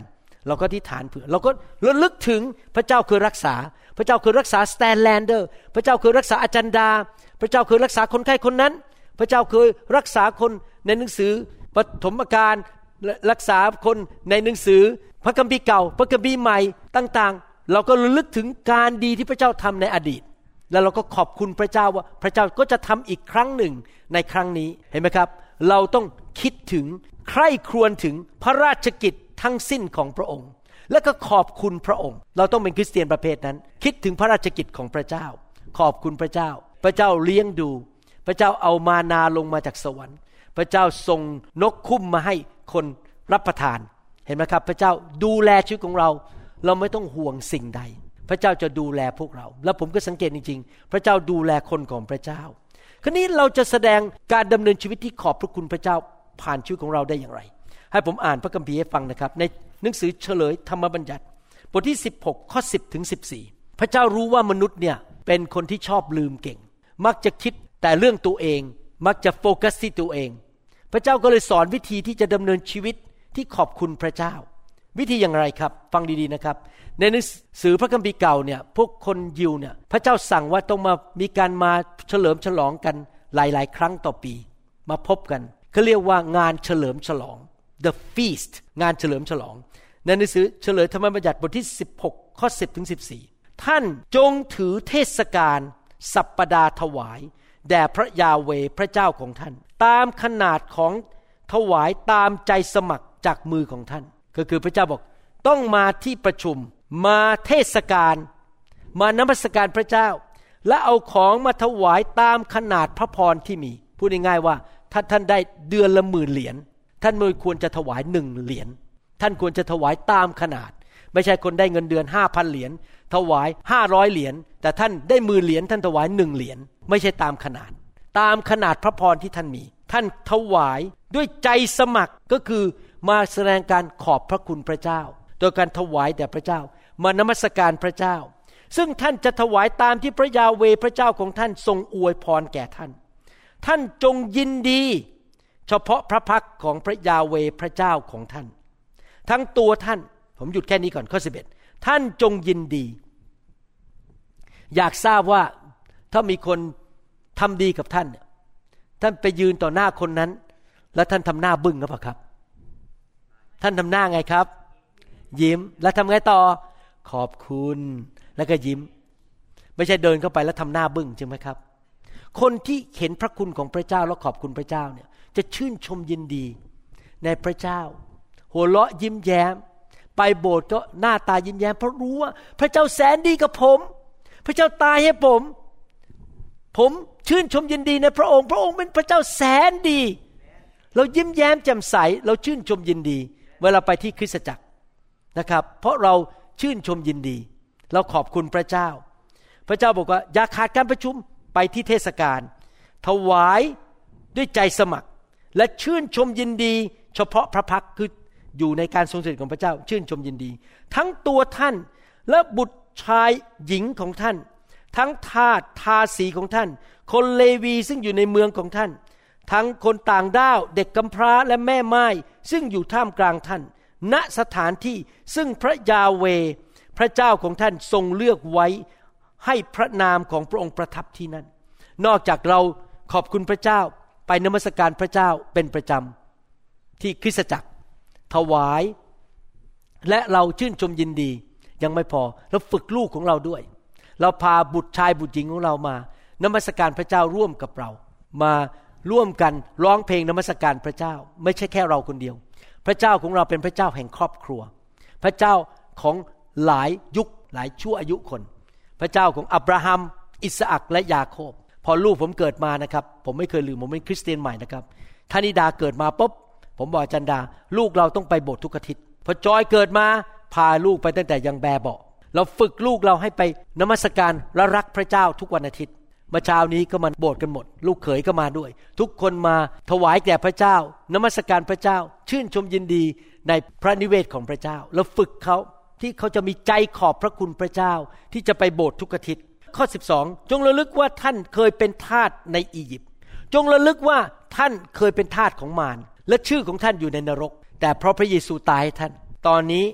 เราก็อธิษฐานเผื่อเราก็ระลึกถึงพระเจ้าเคยรักษาพระเจ้าเคยรักษาสแตนแลนเดอร์พระเจ้าเคยรักษาอาจารย์ดาพระเจ้าเคยรักษาคนไข้คนนั้นพระเจ้าเคยรักษาคนในหนังสือปฐมกาลรักษาคนในหนังสือพระคัมภีร์เก่าพระคัมภีร์ใหม่ต่างๆเราก็ระลึกถึงการดีที่พระเจ้าทำในอดีตแล้วเราก็ขอบคุณพระเจ้าว่าพระเจ้าก็จะทำอีกครั้งหนึ่งในครั้งนี้เห็นไหมครับเราต้องคิดถึงใคร่ครวญถึงพระราชกิจทั้งสิ้นของพระองค์แล้วก็ขอบคุณพระองค์เราต้องเป็นคริสเตียนประเภทนั้นคิดถึงพระราชกิจของพระเจ้าขอบคุณพระเจ้าพระเจ้าเลี้ยงดูพระเจ้าเอามานาลงมาจากสวรรค์พระเจ้าส่งนกคุ้มมาให้คนรับประทานเห็นไหมครับพระเจ้าดูแลชีวิตของเราเราไม่ต้องห่วงสิ่งใดพระเจ้าจะดูแลพวกเราแล้วผมก็สังเกตจริงๆพระเจ้าดูแลคนของพระเจ้าคราวนี้เราจะแสดงการดำเนินชีวิตที่ขอบพระคุณพระเจ้าผ่านชีวิตของเราได้อย่างไรให้ผมอ่านพระคัมภีร์ให้ฟังนะครับในหนังสือเฉลยธรรมบัญญัติบทที่สิบหกข้อสิบถึงสิบสี่พระเจ้ารู้ว่ามนุษย์เนี่ยเป็นคนที่ชอบลืมเก่งมักจะคิดแต่เรื่องตัวเองมักจะโฟกัสที่ตัวเองพระเจ้าก็เลยสอนวิธีที่จะดำเนินชีวิตที่ขอบคุณพระเจ้าวิธีอย่างไรครับฟังดีๆนะครับในหนังสือพระคัมภีร์เก่าเนี่ยพวกคนยิวเนี่ยพระเจ้าสั่งว่าต้องมามีการมาเฉลิมฉลองกันหลายๆครั้งต่อปีมาพบกันเขาเรียกว่างานเฉลิมฉลอง the feast งานเฉลิมฉลองในหนังสือเฉลยธรรมบัญญัติบทที่สิบหกข้อสิบถึงสิบสี่ท่านจงถือเทศกาลสัปดาห์ถวายแด่พระยาเวห์พระเจ้าของท่านตามขนาดของถวายตามใจสมัครจากมือของท่านก็คือพระเจ้าบอกต้องมาที่ประชุมมาเทศกาลมานมัสการพระเจ้าและเอาของมาถวายตามขนาดพระพรที่มีพูดง่ายๆว่าถ้าท่านได้เดือนละหมื่นเหรียญท่านไม่ควรจะถวายหนึ่งเหรียญท่านควรจะถวายตามขนาดไม่ใช่คนได้เงินเดือน ห้าพัน เหรียญถวายห้าร้อยเหรียญแต่ท่านได้หมื่นเหรียญท่านถวายหนึ่งเหรียญไม่ใช่ตามขนาดตามขนาดพระพรที่ท่านมีท่านถวายด้วยใจสมัครก็คือมาแสดงการขอบพระคุณพระเจ้าโดยการถวายแด่พระเจ้ามานมัสการพระเจ้าซึ่งท่านจะถวายตามที่พระยาเวห์พระเจ้าของท่านทรงอวยพรแก่ท่านท่านจงยินดีเฉพาะพระพักของพระยาเวห์พระเจ้าของท่านทั้งตัวท่านผมหยุดแค่นี้ก่อนข้อสิบเอ็ดท่านจงยินดีอยากทราบว่าถ้ามีคนทำดีกับท่านท่านไปยืนต่อหน้าคนนั้นแล้วท่านทำหน้าบึ้งหรือเปล่าครับท่านทำหน้าไงครับยิ้มแล้วทำไงต่อขอบคุณแล้วก็ยิ้มไม่ใช่เดินเข้าไปแล้วทำหน้าบึ้งใช่ไหมครับคนที่เห็นพระคุณของพระเจ้าแล้วขอบคุณพระเจ้าเนี่ยจะชื่นชมยินดีในพระเจ้าหัวเราะยิ้มแย้มไปโบสถ์ก็หน้าตายิ้มแย้มเพราะรู้ว่าพระเจ้าแสนดีกับผมพระเจ้าตายให้ผมผมชื่นชมยินดีในพระองค์พระองค์เป็นพระเจ้าแสนดีเรายิ้มแย้มแจ่มใสเราชื่นชมยินดีเวลาไปที่คริสตจักรนะครับเพราะเราชื่นชมยินดีเราขอบคุณพระเจ้าพระเจ้าบอกว่าอย่าขาดการประชุมไปที่เทศกาลถวายด้วยใจสมัครและชื่นชมยินดีเฉพาะพระพักคืออยู่ในการทรงสถิตของพระเจ้าชื่นชมยินดีทั้งตัวท่านและบุตรชายหญิงของท่านทั้งทาสทาสีของท่านคนเลวีซึ่งอยู่ในเมืองของท่านทั้งคนต่างด้าวเด็กกำพร้าและแม่ไม้ซึ่งอยู่ท่ามกลางท่านณสถานที่ซึ่งพระยาเวห์พระเจ้าของท่านทรงเลือกไว้ให้พระนามของพระองค์ประทับที่นั่นนอกจากเราขอบคุณพระเจ้าไปนมัสการพระเจ้าเป็นประจำที่คริสตจักรถวายและเราชื่นชมยินดียังไม่พอเราฝึกลูกของเราด้วยเราพาบุตรชายบุตรหญิงของเรามานมัสการพระเจ้าร่วมกับเรามาร่วมกันร้องเพลงนมัสการพระเจ้าไม่ใช่แค่เราคนเดียวพระเจ้าของเราเป็นพระเจ้าแห่งครอบครัวพระเจ้าของหลายยุคหลายชั่วอายุคนพระเจ้าของอับราฮัมอิสอัคและยาโคบพอลูกผมเกิดมานะครับผมไม่เคยลืมผมเป็นคริสเตียนใหม่นะครับธนิดาเกิดมาปุ๊บผมบอกจันดาลูกเราต้องไปโบสถ์ทุกอาทิตย์พอจอยเกิดมาพาลูกไปตั้งแต่ยังแบเบาะเราฝึกลูกเราให้ไปนมัสการและรักพระเจ้าทุกวันอาทิตย์เมื่อเช้านี้ก็มาโบสถ์กันหมดลูกเขยก็มาด้วยทุกคนมาถวายแด่พระเจ้านมัสการพระเจ้าชื่นชมยินดีในพระนิเวศของพระเจ้าแล้วฝึกเขาที่เขาจะมีใจขอบพระคุณพระเจ้าที่จะไปโบสถ์ทุกอาทิตย์ข้อสิบสองจงระลึกว่าท่านเคยเป็นทาสในอียิปต์จงระลึกว่าท่านเคยเป็นทาสของมารและชื่อของท่านอยู่ในนรกแต่เพราะพระเยซูตายให้ท่านตอนนี้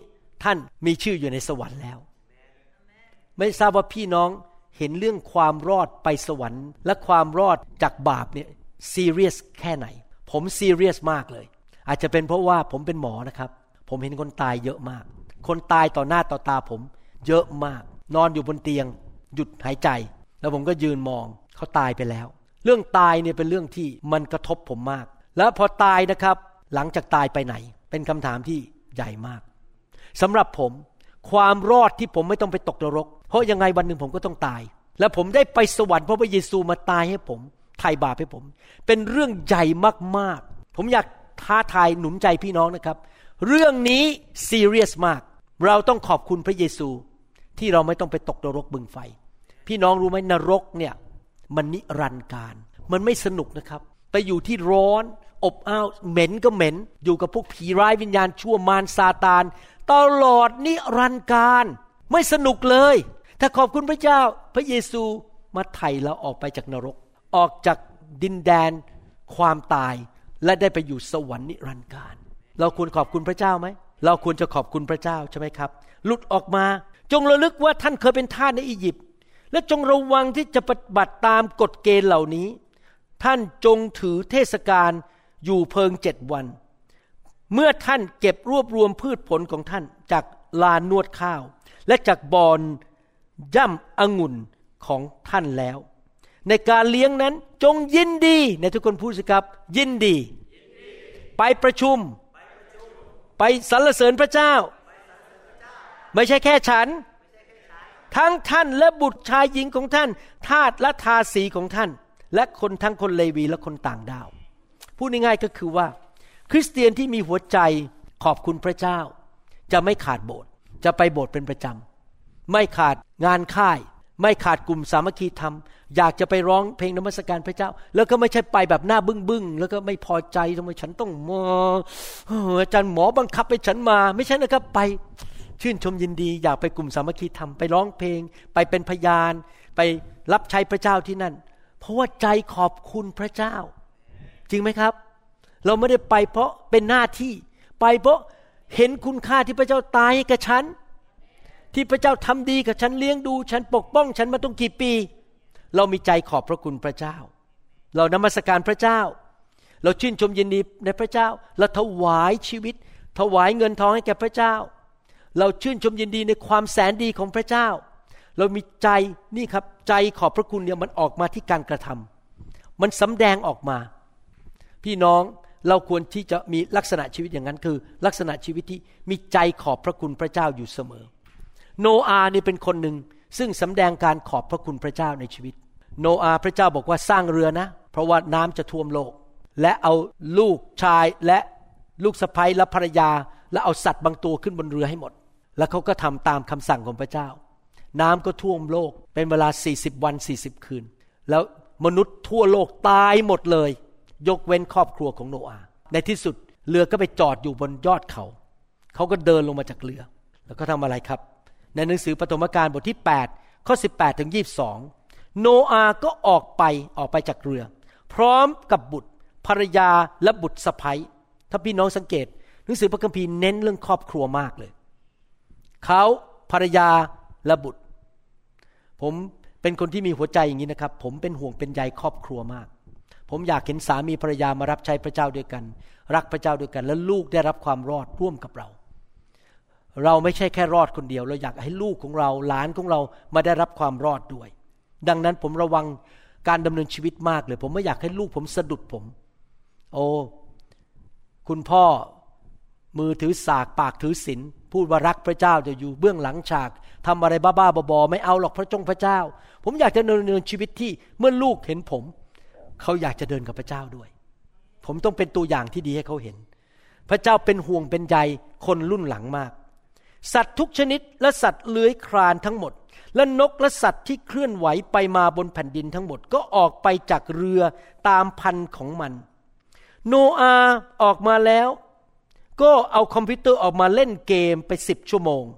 ท่านมีชื่ออยู่ในสวรรค์แล้วไม่ทราบว่าพี่น้องเห็นเรื่องความรอดไปสวรรค์และความรอดจากบาปเนี่ยซีเรียสแค่ไหนผมซีเรียสมากเลยอาจจะเป็นเพราะว่าผมเป็นหมอนะครับผมเห็นคนตายเยอะมากคนตายต่อหน้าต่อตาผมเยอะมากนอนอยู่บนเตียงหยุดหายใจแล้วผมก็ยืนมองเขาตายไปแล้วเรื่องตายเนี่ยเป็นเรื่องที่มันกระทบผมมากแล้วพอตายนะครับหลังจากตายไปไหนเป็นคำถามที่ใหญ่มากสำหรับผมความรอดที่ผมไม่ต้องไปตกนรกเพราะยังไงวันหนึ่งผมก็ต้องตายและผมได้ไปสวรรค์เพราะพระเยซูมาตายให้ผมไถ่บาปให้ผมเป็นเรื่องใหญ่มากๆผมอยากท้าทายหนุนใจพี่น้องนะครับเรื่องนี้ซีเรียสมากเราต้องขอบคุณพระเยซูที่เราไม่ต้องไปตกนรกบึงไฟพี่น้องรู้ไหมนรกเนี่ยมันนิรันดร์การมันไม่สนุกนะครับไปอยู่ที่ร้อนอบอ้าวเหม็นก็เหม็นอยู่กับพวกผีร้ายวิญญาณชั่วมารซาตานตลอดนิรันดร์การไม่สนุกเลยถ้าขอบคุณพระเจ้าพระเยซูมาไถ่เราออกไปจากนรกออกจากดินแดนความตายและได้ไปอยู่สวรรค์นิรันดร์การเราควรขอบคุณพระเจ้าไหมเราควรจะขอบคุณพระเจ้าใช่ไหมครับหลุดออกมาจงระลึกว่าท่านเคยเป็นทาสในอียิปต์และจงระวังที่จะปฏิบัติตามกฎเกณฑ์เหล่านี้ท่านจงถือเทศกาลอยู่เพิงเจ็ดวันเมื่อท่านเก็บรวบรวมพืชผลของท่านจากลานนวดข้าวและจากบ่อนย่ำองุ่นของท่านแล้วในการเลี้ยงนั้นจงยินดีในทุกคนพูดสิครับยินดีไปประชุมไปสรรเสริญพระเจ้าไม่ใช่แค่ฉันทั้งท่านและบุตรชายหญิงของท่านทาสและทาสีของท่านและคนทั้งคนเลวีและคนต่างดาวพูดง่ายๆก็คือว่าคริสเตียนที่มีหัวใจขอบคุณพระเจ้าจะไม่ขาดโบสถ์จะไปโบสถ์เป็นประจำไม่ขาดงานค่ายไม่ขาดกลุ่มสามัคคีธรรมอยากจะไปร้องเพลงนมัสการพระเจ้าแล้วก็ไม่ใช่ไปแบบหน้าบึ้งๆแล้วก็ไม่พอใจทำไมฉันต้องมาอาจารย์หมอบังคับให้ฉันมาไม่ใช่นะครับไปชื่นชมยินดีอยากไปกลุ่มสามัคคีธรรมไปร้องเพลงไปเป็นพยานไปรับใช้พระเจ้าที่นั่นเพราะว่าใจขอบคุณพระเจ้าจริงไหมครับเราไม่ได้ไปเพราะเป็นหน้าที่ไปเพราะเห็นคุณค่าที่พระเจ้าตายให้กับฉันที่พระเจ้าทำดีกับฉันเลี้ยงดูฉันปกป้องฉันมาตั้งกี่ปีเรามีใจขอบพระคุณพระเจ้าเรานมัสการพระเจ้าเราชื่นชมยินดีในพระเจ้าเราถวายชีวิตถวายเงินทองให้แก่พระเจ้าเราชื่นชมยินดีในความแสนดีของพระเจ้าเรามีใจนี่ครับใจขอบพระคุณเนี่ยมันออกมาที่การกระทำมันสำแดงออกมาพี่น้องเราควรที่จะมีลักษณะชีวิตอย่างนั้นคือลักษณะชีวิตที่มีใจขอบพระคุณพระเจ้าอยู่เสมอโนอาห์นี่เป็นคนหนึ่งซึ่งสำแดงการขอบพระคุณพระเจ้าในชีวิตโนอาห์พระเจ้าบอกว่าสร้างเรือนะเพราะว่าน้ำจะท่วมโลกและเอาลูกชายและลูกสะใภ้และภรรยาและเอาสัตว์บางตัวขึ้นบนเรือให้หมดแล้วเขาก็ทำตามคำสั่งของพระเจ้าน้ำก็ท่วมโลกเป็นเวลาสี่สิบวันสี่สิบคืนแล้วมนุษย์ทั่วโลกตายหมดเลยยกเว้นครอบครัวของโนอาห์ในที่สุดเรือก็ไปจอดอยู่บนยอดเขาเขาก็เดินลงมาจากเรือแล้วก็ทำอะไรครับในหนังสือปฐมกาลบทที่แปดข้อสิบแปดถึงยี่สิบสองโนอาห์ก็ออกไปออกไปจากเรือพร้อมกับบุตรภรรยาและบุตรสะใภ้ถ้าพี่น้องสังเกตหนังสือพระคัมภีร์เน้นเรื่องครอบครัวมากเลยเขาภรรยาและบุตรผมเป็นคนที่มีหัวใจอย่างนี้นะครับผมเป็นห่วงเป็นใยครอบครัวมากผมอยากเห็นสามีภรรยามารับใช้พระเจ้าด้วยกันรักพระเจ้าด้วยกันและลูกได้รับความรอดร่วมกับเราเราไม่ใช่แค่รอดคนเดียวเราอยากให้ลูกของเราหลานของเรามาได้รับความรอดด้วยดังนั้นผมระวังการดำเนินชีวิตมากเลยผมไม่อยากให้ลูกผมสะดุดผมโอ้คุณพ่อมือถือสากปากถือศีลพูดว่ารักพระเจ้าจะอยู่เบื้องหลังฉากทำอะไรบ้าๆบอๆไม่เอาหรอกพระจงพระเจ้าผมอยากจะดำเนินชีวิตที่เมื่อลูกเห็นผมเขาอยากจะเดินกับพระเจ้าด้วยผมต้องเป็นตัวอย่างที่ดีให้เขาเห็นพระเจ้าเป็นห่วงเป็นใยคนรุ่นหลังมากสัตว์ทุกชนิดและสัตว์เลื้อยคลานทั้งหมดและนกและสัตว์ที่เคลื่อนไหวไปมาบนแผ่นดินทั้งหมดก็ออกไปจากเรือตามพันธุ์ของมันโนอาห์ออกมาแล้วก็เอาคอมพิวเตอร์ออกมาเล่นเกมไปสิบชั่วโมง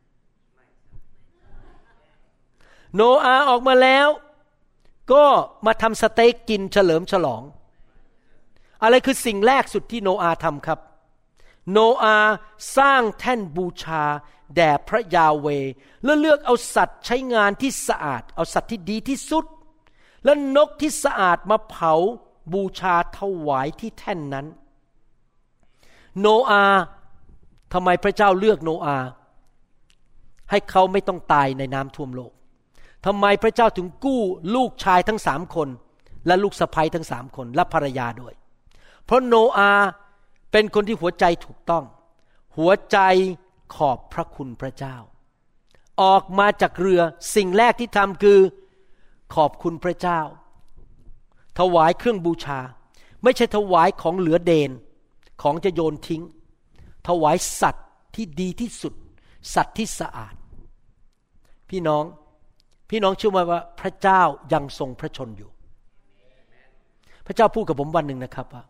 โนอาห์ออกมาแล้วก็มาทำสเต็กกินเฉลิมฉลองอะไรคือสิ่งแรกสุดที่โนอาห์ทำครับโนอาห์สร้างแท่นบูชาแด่พระยาเวห์และเลือกเอาสัตว์ใช้งานที่สะอาดเอาสัตว์ที่ดีที่สุดและนกที่สะอาดมาเผาบูชาถวายที่แท่นนั้นโนอาห์ทำไมพระเจ้าเลือกโนอาห์ให้เขาไม่ต้องตายในน้ำท่วมโลกทำไมพระเจ้าถึงกู้ลูกชายทั้งสามคนและลูกสะใภ้ทั้งสามคนและภรรยาด้วยเพราะโนอาห์เป็นคนที่หัวใจถูกต้องหัวใจขอบพระคุณพระเจ้าออกมาจากเรือสิ่งแรกที่ทำคือขอบคุณพระเจ้าถวายเครื่องบูชาไม่ใช่ถวายของเหลือเดนของจะโยนทิ้งถวายสัตว์ที่ดีที่สุดสัตว์ที่สะอาดพี่น้องพี่น้องเชื่อไหมว่าพระเจ้ายังทรงพระชนอยู่พระเจ้าพูดกับผมวันหนึ่งนะครับว่า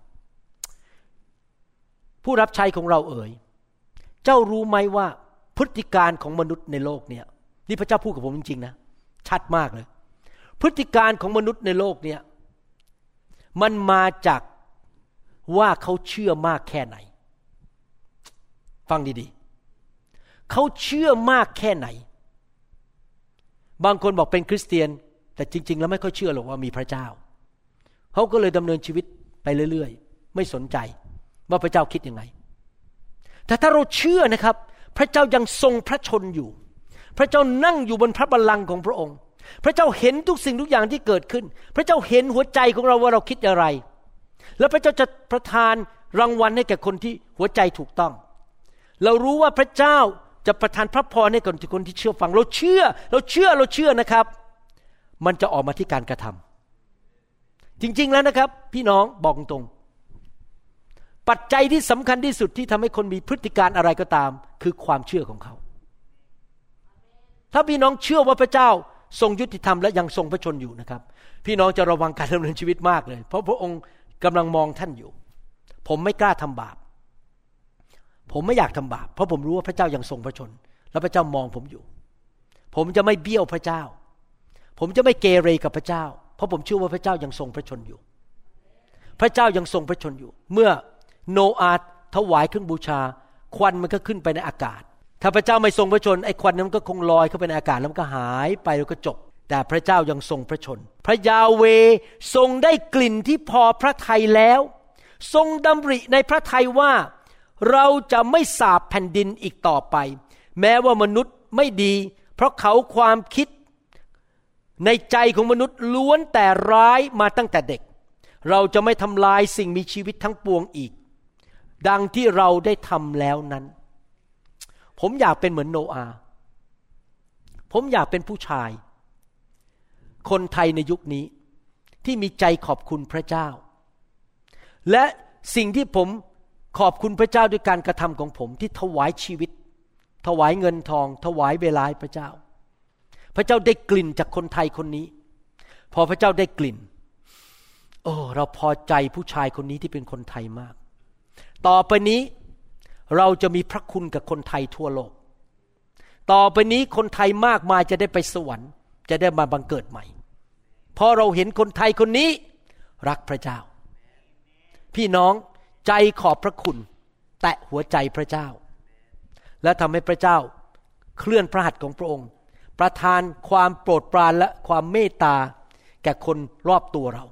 ผู้รับใช้ของเราเอ๋ยเจ้ารู้ไหมว่าพฤติการของมนุษย์ในโลกเนี่ยนี่พระเจ้าพูดกับผมจริงๆนะชัดมากเลยพฤติการของมนุษย์ในโลกเนี่ยมันมาจากว่าเขาเชื่อมากแค่ไหนฟังดีๆเขาเชื่อมากแค่ไหนบางคนบอกเป็นคริสเตียนแต่จริงๆแล้วไม่ค่อยเชื่อหรอกว่ามีพระเจ้าเขาก็เลยดำเนินชีวิตไปเรื่อยๆไม่สนใจว่าพระเจ้าคิดยังไงแต่ถ้าเราเชื่อนะครับพระเจ้ายังทรงพระชนอยู่พระเจ้านั่งอยู่บนพระบัลลังก์ของพระองค์พระเจ้าเห็นทุกสิ่งทุกอย่างที่เกิดขึ้นพระเจ้าเห็นหัวใจของเราว่าเราคิดอะไรแล้วพระเจ้าจะประทานรางวัลให้แก่คนที่หัวใจถูกต้องเรารู้ว่าพระเจ้าจะประทานพระพรให้กับคนที่เชื่อฟังเราเชื่อเราเชื่อเราเชื่อนะครับมันจะออกมาที่การกระทำจริงๆแล้วนะครับพี่น้องบอกตรงปัจจัยที่สำคัญที่สุดที่ทำให้คนมีพฤติการอะไรก็ตามคือความเชื่อของเขาถ้าพี่น้องเชื่อว่าพระเจ้าทรงยุติธรรมและยังทรงพระชนอยู่นะครับพี่น้องจะระวังการดำเนินชีวิตมากเลยเพราะพระองค์กำลังมองท่านอยู่ผมไม่กล้าทำบาปผมไม่อยากทำบาปเพราะผมรู้ว่าพระเจ้ายังทรงพระชนและพระเจ้ามองผมอยู่ผมจะไม่เบี้ยวพระเจ้าผมจะไม่เกเรกับพระเจ้าเพราะผมเชื่อว่าพระเจ้ายังทรงพระชนอยู่พระเจ้ายังทรงพระชนอยู่เมื่อโนอาห์ถวายเครื่องบูชาควันมันก็ขึ้นไปในอากาศถ้าพระเจ้าไม่ทรงพระชนไอ้ควันนั้นก็คงลอยเข้าไปในอากาศแล้วมันก็หายไปแล้วก็จบแต่พระเจ้ายังทรงพระชนพระยาเวห์ทรงได้กลิ่นที่พอพระทัยแล้วทรงดำริในพระทัยว่าเราจะไม่สาปแผ่นดินอีกต่อไปแม้ว่ามนุษย์ไม่ดีเพราะเขาความคิดในใจของมนุษย์ล้วนแต่ร้ายมาตั้งแต่เด็กเราจะไม่ทำลายสิ่งมีชีวิตทั้งปวงอีกดังที่เราได้ทำแล้วนั้นผมอยากเป็นเหมือนโนอาห์ผมอยากเป็นผู้ชายคนไทยในยุคนี้ที่มีใจขอบคุณพระเจ้าและสิ่งที่ผมขอบคุณพระเจ้าด้วยการกระทำของผมที่ถวายชีวิตถวายเงินทองถวายเวลาให้พระเจ้าพระเจ้าได้กลิ่นจากคนไทยคนนี้พอพระเจ้าได้กลิ่นโอ้เราพอใจผู้ชายคนนี้ที่เป็นคนไทยมากต่อไปนี้เราจะมีพระคุณกับคนไทยทั่วโลกต่อไปนี้คนไทยมากมายจะได้ไปสวรรค์จะได้มาบังเกิดใหม่เพราะเราเห็นคนไทยคนนี้รักพระเจ้าพี่น้องใจขอบพระคุณแตะหัวใจพระเจ้าและทำให้พระเจ้าเคลื่อนพระหัตถ์ของพระองค์ประทานความโปรดปรานและความเมตตาแก่คนรอบตัวเรา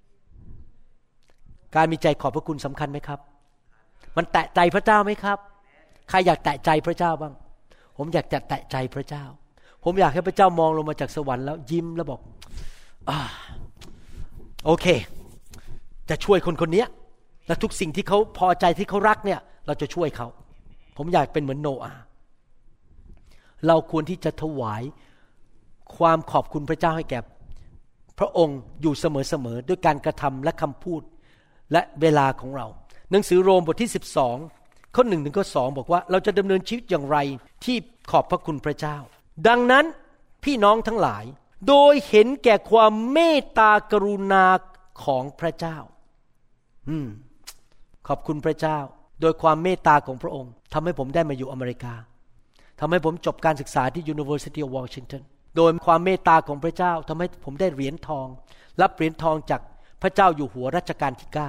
การมีใจขอบพระคุณสำคัญไหมครับมันแตะใจพระเจ้าไหมครับใครอยากแตะใจพระเจ้าบ้างผมอยากจะแตะใจพระเจ้าผมอยากให้พระเจ้ามองลงมาจากสวรรค์แล้วยิ้มแล้วบอกอ่าโอเคจะช่วยคนคนนี้และทุกสิ่งที่เขาพอใจที่เขารักเนี่ยเราจะช่วยเขาผมอยากเป็นเหมือนโนอาห์เราควรที่จะถวายความขอบคุณพระเจ้าให้แก่พระองค์อยู่เสมอๆด้วยการกระทำและคำพูดและเวลาของเราหนังสือโรมบทที่สิบสองข้อหนึ่งถึงข้อสองบอกว่าเราจะดำเนินชีวิตอย่างไรที่ขอบพระคุณพระเจ้าดังนั้นพี่น้องทั้งหลายโดยเห็นแก่ความเมตตากรุณาของพระเจ้าอืมขอบคุณพระเจ้าโดยความเมตตาของพระองค์ทำให้ผมได้มาอยู่อเมริกาทำให้ผมจบการศึกษาที่ University of Washington โดยความเมตตาของพระเจ้าทำให้ผมได้เหรียญทองรับเหรียญทองจากพระเจ้าอยู่หัวรัชกาลที่เก้า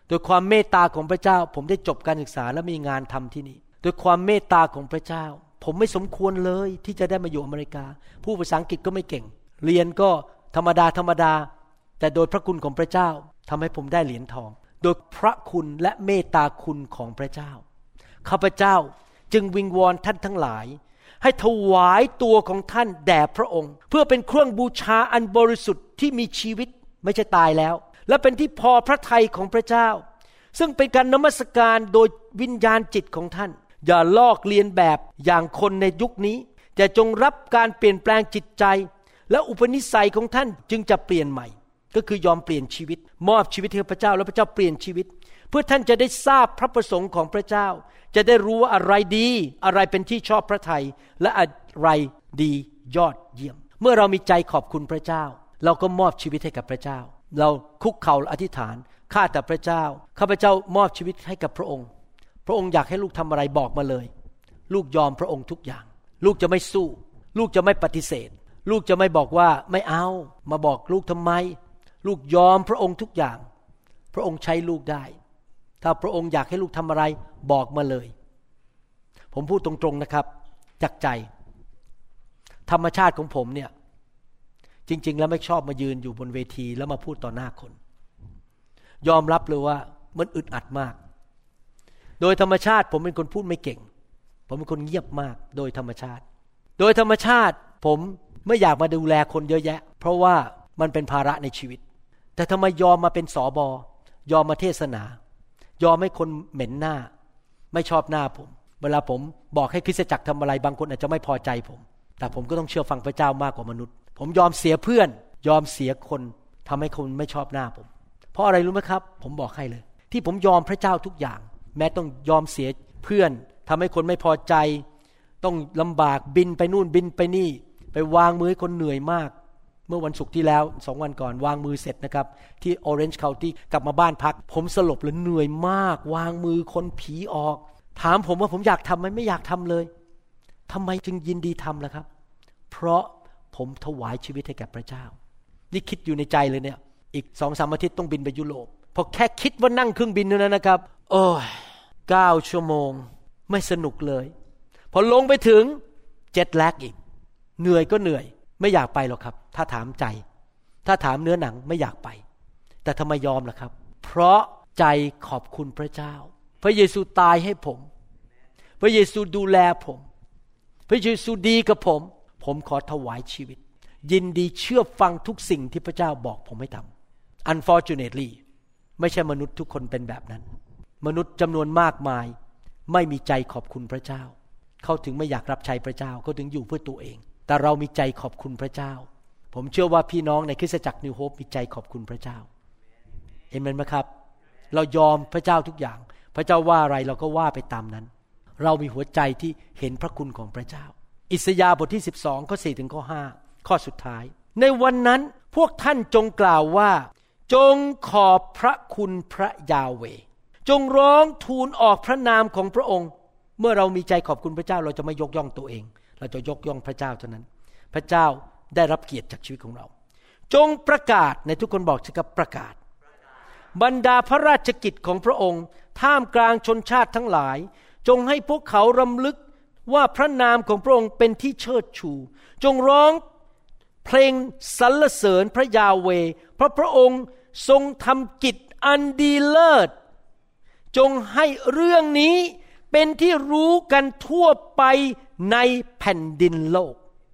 โดยความเมตตาของพระเจ้าผมได้จบการศึกษาและมีงานทำที่นี่โดยความเมตตาของพระเจ้าผมไม่สมควรเลยที่จะได้มาอยู่อเมริกาผู้ภาษาอังกฤษก็ไม่เก่งเรียนก็ธรรมดาธรรมดาแต่โดยพระคุณของพระเจ้าทำให้ผมได้เหรียญทองโดยพระคุณและเมตตาคุณของพระเจ้าข้าพเจ้าจึงวิงวอนท่านทั้งหลายให้ถวายตัวของท่านแด่พระองค์เพื่อเป็นเครื่องบูชาอันบริสุทธิ์ที่มีชีวิตไม่ใช่ตายแล้วและเป็นที่พอพระทัยของพระเจ้าซึ่งเป็นการนมัสการโดยวิญญาณจิตของท่านอย่าลอกเลียนแบบอย่างคนในยุคนี้แต่จงรับการเปลี่ยนแปลงจิตใจและอุปนิสัยของท่านจึงจะเปลี่ยนใหม่ก็คือยอมเปลี่ยนชีวิตมอบชีวิตให้พระเจ้าแล้วพระเจ้าเปลี่ยนชีวิตเพื่อท่านจะได้ทราบพระประสงค์ของพระเจ้าจะได้รู้ว่าอะไรดีอะไรเป็นที่ชอบพระทัยและอะไรดียอดเยี่ยมเมื่อเรามีใจขอบคุณพระเจ้าเราก็มอบชีวิตให้กับพระเจ้าเราคุกเข่าอธิษฐานข้าแต่พระเจ้าข้าพเจ้ามอบชีวิตให้กับพระองค์พระองค์อยากให้ลูกทำอะไรบอกมาเลยลูกยอมพระองค์ทุกอย่างลูกจะไม่สู้ลูกจะไม่ปฏิเสธลูกจะไม่บอกว่าไม่เอามาบอกลูกทำไมลูกยอมพระองค์ทุกอย่างพระองค์ใช้ลูกได้ถ้าพระองค์อยากให้ลูกทำอะไรบอกมาเลยผมพูดตรงๆนะครับจากใจธรรมชาติของผมเนี่ยจริงๆแล้วไม่ชอบมายืนอยู่บนเวทีแล้วมาพูดต่อหน้าคนยอมรับเลยว่ามันอึดอัดมากโดยธรรมชาติผมเป็นคนพูดไม่เก่งผมเป็นคนเงียบมากโดยธรรมชาติโดยธรรมชาติผมไม่อยากมาดูแลคนเยอะแยะเพราะว่ามันเป็นภาระในชีวิตแต่ทำไมยอมมาเป็นสบยอมมาเทศนายอมให้คนเหม็นหน้าไม่ชอบหน้าผมเวลาผมบอกให้คริสตจักรทำอะไรบางคนอาจจะไม่พอใจผมแต่ผมก็ต้องเชื่อฟังพระเจ้ามากกว่ามนุษย์ผมยอมเสียเพื่อนยอมเสียคนทำให้คนไม่ชอบหน้าผมเพราะอะไรรู้ไหมครับผมบอกให้เลยที่ผมยอมพระเจ้าทุกอย่างแม้ต้องยอมเสียเพื่อนทำให้คนไม่พอใจต้องลำบากบินไปนู่นบินไปนี่ไปวางมือให้คนเหนื่อยมากเมื่อวันศุกร์ที่แล้วสองวันก่อนวางมือเสร็จนะครับที่ Orange County กลับมาบ้านพักผมสลบเลยเหนื่อยมากวางมือคนผีออกถามผมว่าผมอยากทำไหมไม่อยากทำเลยทำไมจึงยินดีทำล่ะครับเพราะผมถวายชีวิตให้แก่พระเจ้านี่คิดอยู่ในใจเลยเนี่ยอีก สองสาม อาทิตย์ต้องบินไปยุโรปพอแค่คิดว่านั่งเครื่องบินนั่นนะครับโอ้ยเก้าชั่วโมงไม่สนุกเลยพอลงไปถึงเจ็ตแลกอีกเหนื่อยก็เหนื่อยไม่อยากไปหรอกครับถ้าถามใจถ้าถามเนื้อหนังไม่อยากไปแต่ทำไมยอมล่ะครับเพราะใจขอบคุณพระเจ้าพระเยซูตายให้ผมพระเยซูดูแลผมพระเยซูดีกับผมผมขอถวายชีวิตยินดีเชื่อฟังทุกสิ่งที่พระเจ้าบอกผมให้ทำ Unfortunately ไม่ใช่มนุษย์ทุกคนเป็นแบบนั้นมนุษย์จำนวนมากมายไม่มีใจขอบคุณพระเจ้าเขาถึงไม่อยากรับใช้พระเจ้าเขาถึงอยู่เพื่อตัวเองแต่เรามีใจขอบคุณพระเจ้าผมเชื่อว่าพี่น้องในคริสตจักรนิวโฮปมีใจขอบคุณพระเจ้าเห็นไหมครับเรายอมพระเจ้าทุกอย่างพระเจ้าว่าอะไรเราก็ว่าไปตามนั้นเรามีหัวใจที่เห็นพระคุณของพระเจ้าอิสยาห์บทที่สิบสองข้อสี่ถึงข้อห้าข้อสุดท้ายในวันนั้นพวกท่านจงกล่าวว่าจงขอบพระคุณพระยาเวห์จงร้องทูลออกพระนามของพระองค์เมื่อเรามีใจขอบคุณพระเจ้าเราจะไม่ยกย่องตัวเองเราจะยกย่องพระเจ้าเท่านั้นพระเจ้าได้รับเกียรติจากชีวิตของเราจงประกาศในทุกคนบอกสิครับประกาศบรรดาพระราชกิจของพระองค์ท่ามกลางชนชาติทั้งหลายจงให้พวกเขารำลึกว่าพระนามของพระองค์เป็นที่เชิดชูจงร้องเพลงสรรเสริญพระยาเวห์เพราะพระองค์ทรงทำกิจอันดีเลิศจงให้เรื่องนี้เป็นที่รู้กันทั่วไปในแผ่นดินโลก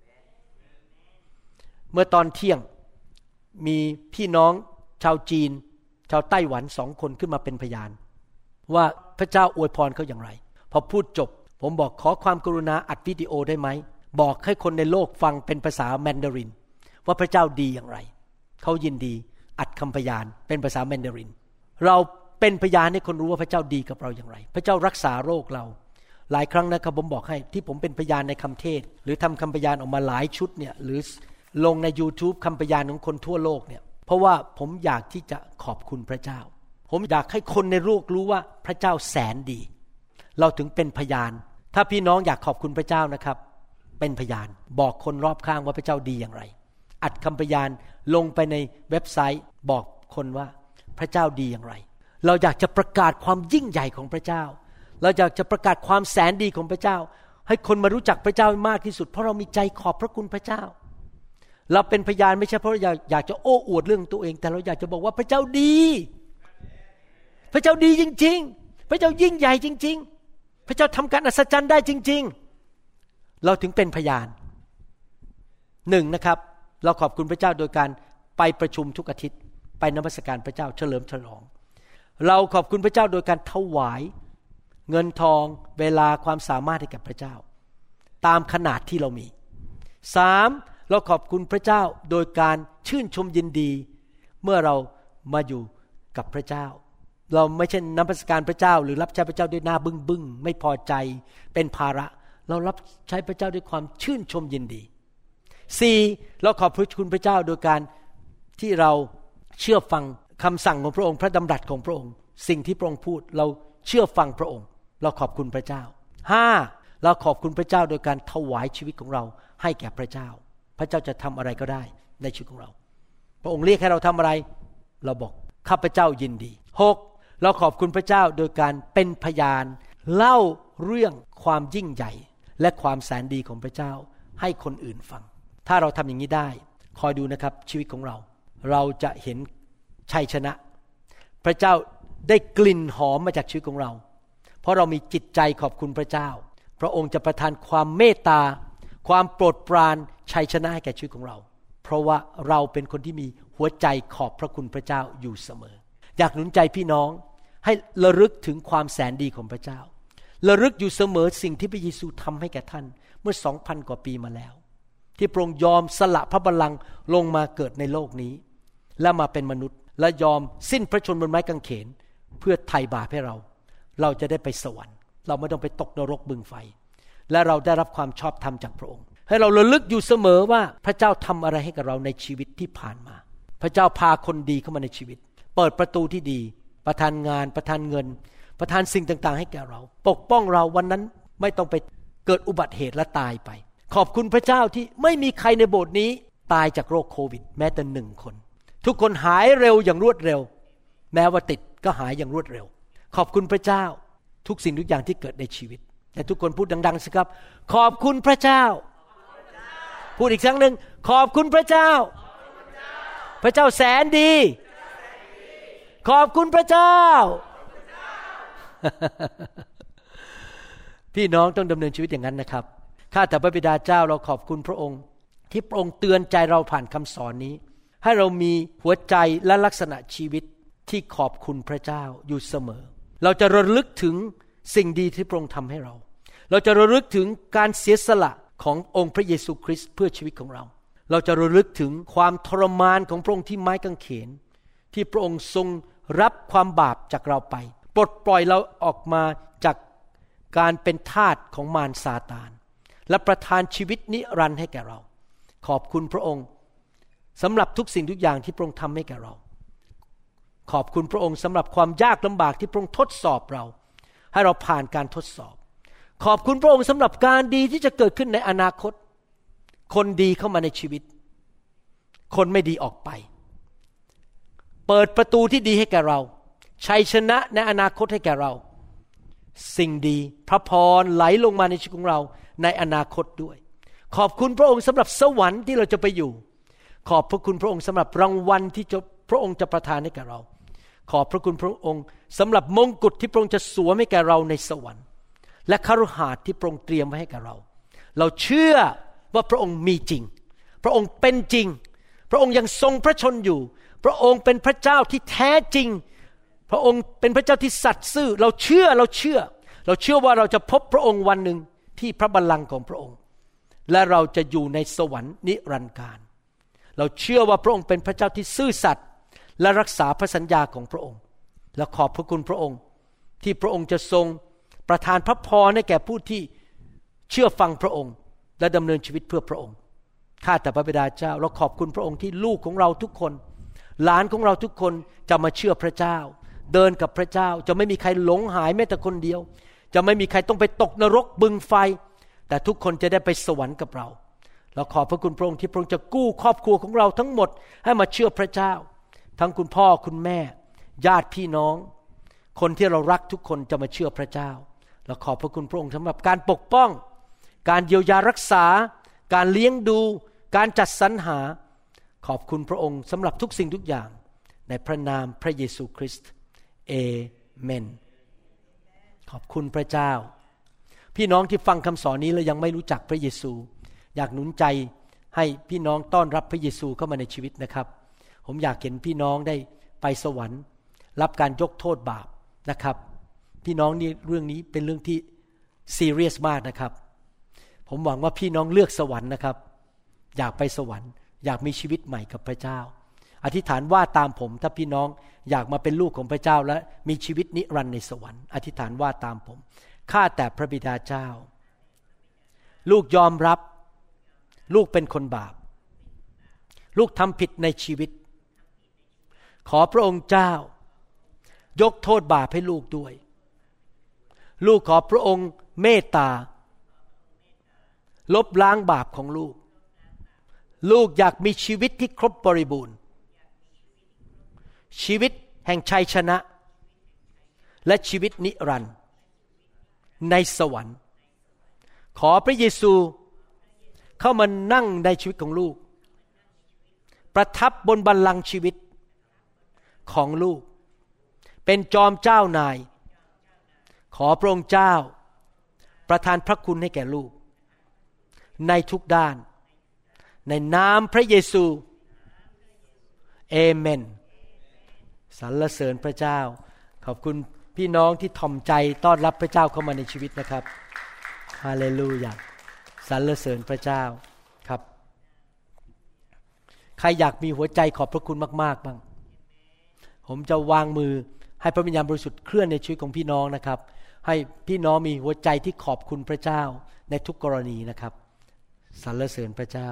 เมื่อตอนเที่ยงมีพี่น้องชาวจีนชาวไต้หวันสองคนขึ้นมาเป็นพยานว่าพระเจ้าอวยพรเขาอย่างไรพอพูดจบผมบอกขอความกรุณาอัดวิดีโอได้ไหมบอกให้คนในโลกฟังเป็นภาษาแมนดารินว่าพระเจ้าดีอย่างไรเขายินดีอัดคำพยานเป็นภาษาแมนดารินเราเป็นพยานให้คนรู้ว่าพระเจ้าดีกับเราอย่างไรพระเจ้ารักษาโรคเราหลายครั้งนะครับผมบอกให้ที่ผมเป็นพยานในคำเทศหรือทำคำพยานออกมาหลายชุดเนี่ยหรือลงใน YouTube คำพยานของคนทั่วโลกเนี่ยเพราะว่าผมอยากที่จะขอบคุณพระเจ้าผมอยากให้คนในโลกรู้ว่าพระเจ้าแสนดีเราถึงเป็นพยานถ้าพี่น้องอยากขอบคุณพระเจ้านะครับเป็นพยานบอกคนรอบข้างว่าพระเจ้าดีอย่างไรอัดคำพยานลงไปในเว็บไซต์บอกคนว่าพระเจ้าดีอย่างไรเราอยากจะประกาศความยิ่งใหญ่ของพระเจ้าเราอยากจะประกาศความแสนดีของพระเจ้าให้คนมารู้จักพระเจ้ามากที่สุดเพราะเรามีใจขอบพระคุณพระเจ้าเราเป็นพยานไม่ใช่เพราะอยากอยากจะโอ้อวดเรื่องตัวเองแต่เราอยากจะบอกว่าพระเจ้าดีพระเจ้าดีจริงๆพระเจ้ายิ่งใหญ่จริงๆพระเจ้าทำการอัศจรรย์ได้จริงๆเราถึงเป็นพยานหนึ่งนะครับเราขอบคุณพระเจ้าโดยการไปประชุมทุกอาทิตย์ไปนมัสการพระเจ้าเฉลิมฉลองเราขอบคุณพระเจ้าโดยการถวายเงินทองเวลาความสามารถให้กับพระเจ้าตามขนาดที่เรามีสามเราขอบคุณพระเจ้าโดยการชื่นชมยินดีเมื่อเรามาอยู่กับพระเจ้าเราไม่ใช่นมัสการพระเจ้าหรือรับใช้พระเจ้าด้วยหน้าบึ้งบึ้งไม่พอใจเป็นภาระเรารับใช้พระเจ้าด้วยความชื่นชมยินดีสี่เราขอบคุณพระเจ้าโดยการที่เราเชื่อฟังคำสั่งของพระองค์พระดำรัสของพระองค์สิ่งที่พระองค์พูดเราเชื่อฟังพระองค์เราขอบคุณพระเจ้าห้าเราขอบคุณพระเจ้าโดยการถวายชีวิตของเราให้แก่พระเจ้าพระเจ้าจะทำอะไรก็ได้ในชีวิตของเราพระองค์เรียกให้เราทำอะไรเราบอกข้าพเจ้ายินดีหกเราขอบคุณพระเจ้าโดยการเป็นพยานเล่าเรื่องความยิ่งใหญ่และความแสนดีของพระเจ้าให้คนอื่นฟังถ้าเราทำอย่างนี้ได้คอยดูนะครับชีวิตของเราเราจะเห็นชัยชนะพระเจ้าได้กลิ่นหอมมาจากชีวิตของเราเพราะเรามีจิตใจขอบคุณพระเจ้าพระองค์จะประทานความเมตตาความโปรดปรานชัยชนะให้แก่ชีวิตของเราเพราะว่าเราเป็นคนที่มีหัวใจขอบพระคุณพระเจ้าอยู่เสมออยากหนุนใจพี่น้องให้ระลึกถึงความแสนดีของพระเจ้าระลึกอยู่เสมอสิ่งที่พระเยซูทำให้แก่ท่านเมื่อ สองพัน กว่าปีมาแล้วที่พระองค์ยอมสละพระบัลลังก์ลงมาเกิดในโลกนี้และมาเป็นมนุษย์และยอมสิ้นพระชนม์บนไม้กางเขนเพื่อไถ่บาปให้เราเราจะได้ไปสวรรค์เราไม่ต้องไปตกนรกบึงไฟและเราได้รับความชอบธรรมจากพระองค์ให้เราระลึกอยู่เสมอว่าพระเจ้าทำอะไรให้กับเราในชีวิตที่ผ่านมาพระเจ้าพาคนดีเข้ามาในชีวิตเปิดประตูที่ดีประทานงานประทานเงินประทานสิ่งต่างๆให้แก่เราปกป้องเราวันนั้นไม่ต้องไปเกิดอุบัติเหตุและตายไปขอบคุณพระเจ้าที่ไม่มีใครในโบสถ์นี้ตายจากโรคโควิดแม้แต่หนึ่งคนทุกคนหายเร็วอย่างรวดเร็วแม้ว่าติดก็หายอย่างรวดเร็วขอบคุณพระเจ้าทุกสิ่งทุกอย่างที่เกิดในชีวิตแต่ทุกคนพูดดังๆสิครับขอบคุณพระเจ้าพูดอีกครั้งนึงขอบคุณพระเจ้าพระเจ้าแสนดีขอบคุณพระเจ้าพี่น้องต้องดำเนินชีวิตอย่างนั้นนะครับข้าแต่พระบิดาเจ้าเราขอบคุณพระองค์ที่พระองค์เตือนใจเราผ่านคำสอนนี้ให้เรามีหัวใจและลักษณะชีวิตที่ขอบคุณพระเจ้าอยู่เสมอเราจะระลึกถึงสิ่งดีที่พระองค์ทำให้เราเราจะระลึกถึงการเสียสละขององค์พระเยซูคริสต์เพื่อชีวิตของเราเราจะระลึกถึงความทรมานของพระองค์ที่ไม้กางเขนที่พระองค์ทรงรับความบาปจากเราไปปลดปล่อยเราออกมาจากการเป็นทาสของมารซาตานและประทานชีวิตนิรันดร์ให้แก่เราขอบคุณพระองค์สำหรับทุกสิ่งทุกอย่างที่พระองค์ทำให้แก่เราขอบคุณพระองค์สำหรับความยากลำบากที่พระองค์ทดสอบเราให้เราผ่านการทดสอบขอบคุณพระองค์สำหรับการดีที่จะเกิดขึ้นในอนาคตคนดีเข้ามาในชีวิตคนไม่ดีออกไปเปิดประตูที่ดีให้แก่เราชัยชนะในอนาคตให้แก่เราสิ่งดีพระพรไหลลงมาในชีวิตของเราในอนาคตด้วยขอบคุณพระองค์สำหรับสวรรค์ที่เราจะไปอยู่ขอบพระคุณพระองค์สำหรับรางวัลที่พระองค์จะประทานให้แก่เราขอบพระคุณพระองค์สำหรับมงกุฎที่พระองค์จะสวมให้แก่เราในสวรรค์และคฤหาสน์ที่พระองค์เตรียมไว้ให้แก่เราเราเชื่อว่าพระองค์มีจริงพระองค์เป็นจริงพระองค์ยังทรงพระชนอยู่พระองค์เป็นพระเจ้าที่แท้จริงพระองค์เป็นพระเจ้าที่สัตย์ซื่อเราเชื่อเราเชื่อเราเชื่อว่าเราจะพบพระองค์วันหนึ่งที่พระบัลลังก์ของพระองค์และเราจะอยู่ในสวรรค์นิรันดร์กาลเราเชื่อว่าพระองค์เป็นพระเจ้าที่ซื่อสัตย์และรักษาพระสัญญาของพระองค์และขอบพระคุณพระองค์ที่พระองค์จะทรงประทานพระพรให้แก่ผู้ที่เชื่อฟังพระองค์และดำเนินชีวิตเพื่อพระองค์ข้าแต่พระบิดาเจ้าเราขอบคุณพระองค์ที่ลูกของเราทุกคนหลานของเราทุกคนจะมาเชื่อพระเจ้าเดินกับพระเจ้าจะไม่มีใครหลงหายแม้แต่คนเดียวจะไม่มีใครต้องไปตกนรกบึงไฟแต่ทุกคนจะได้ไปสวรรค์กับเราเราขอบพระคุณพระองค์ที่พระองค์จะกู้ครอบครัวของเราทั้งหมดให้มาเชื่อพระเจ้าทั้งคุณพ่อคุณแม่ญาติพี่น้องคนที่เรารักทุกคนจะมาเชื่อพระเจ้าเราขอบพระคุณพระองค์สำหรับการปกป้องการเยียวยารักษาการเลี้ยงดูการจัดสรรหาขอบคุณพระองค์สำหรับทุกสิ่งทุกอย่างในพระนามพระเยซูคริสต์เอเมนขอบคุณพระเจ้าพี่น้องที่ฟังคำสอนนี้แล้วยังไม่รู้จักพระเยซูอยากหนุนใจให้พี่น้องต้อนรับพระเยซูเข้ามาในชีวิตนะครับผมอยากเห็นพี่น้องได้ไปสวรรค์รับการยกโทษบาปนะครับพี่น้องนี่เรื่องนี้เป็นเรื่องที่ซีเรียสมากนะครับผมหวังว่าพี่น้องเลือกสวรรค์นะครับอยากไปสวรรค์อยากมีชีวิตใหม่กับพระเจ้าอธิษฐานว่าตามผมถ้าพี่น้องอยากมาเป็นลูกของพระเจ้าและมีชีวิตนิรันดร์ในสวรรค์อธิษฐานว่าตามผมข้าแต่พระบิดาเจ้าลูกยอมรับลูกเป็นคนบาปลูกทำผิดในชีวิตขอพระองค์เจ้ายกโทษบาปให้ลูกด้วยลูกขอพระองค์เมตตาลบล้างบาปของลูกลูกอยากมีชีวิตที่ครบบริบูรณ์ชีวิตแห่งชัยชนะและชีวิตนิรันดร์ในสวรรค์ขอพระเยซูเข้ามานั่งในชีวิตของลูกประทับบนบัลลังก์ชีวิตของลูกเป็นจอมเจ้านายขอพระองค์เจ้าประทานพระคุณให้แก่ลูกในทุกด้านในนามพระเยซูเอเมนสรรเสริญพระเจ้าขอบคุณพี่น้องที่ถ่อมใจต้อนรับพระเจ้าเข้ามาในชีวิตนะครับฮาเลลูยาสรรเสริญพระเจ้าครับใครอยากมีหัวใจขอบพระคุณมากๆบ้างผมจะวางมือให้พระวิญญาณบริสุทธิ์เคลื่อนในชีวิตของพี่น้องนะครับให้พี่น้องมีหัวใจที่ขอบคุณพระเจ้าในทุกกรณีนะครับสรรเสริญพระเจ้า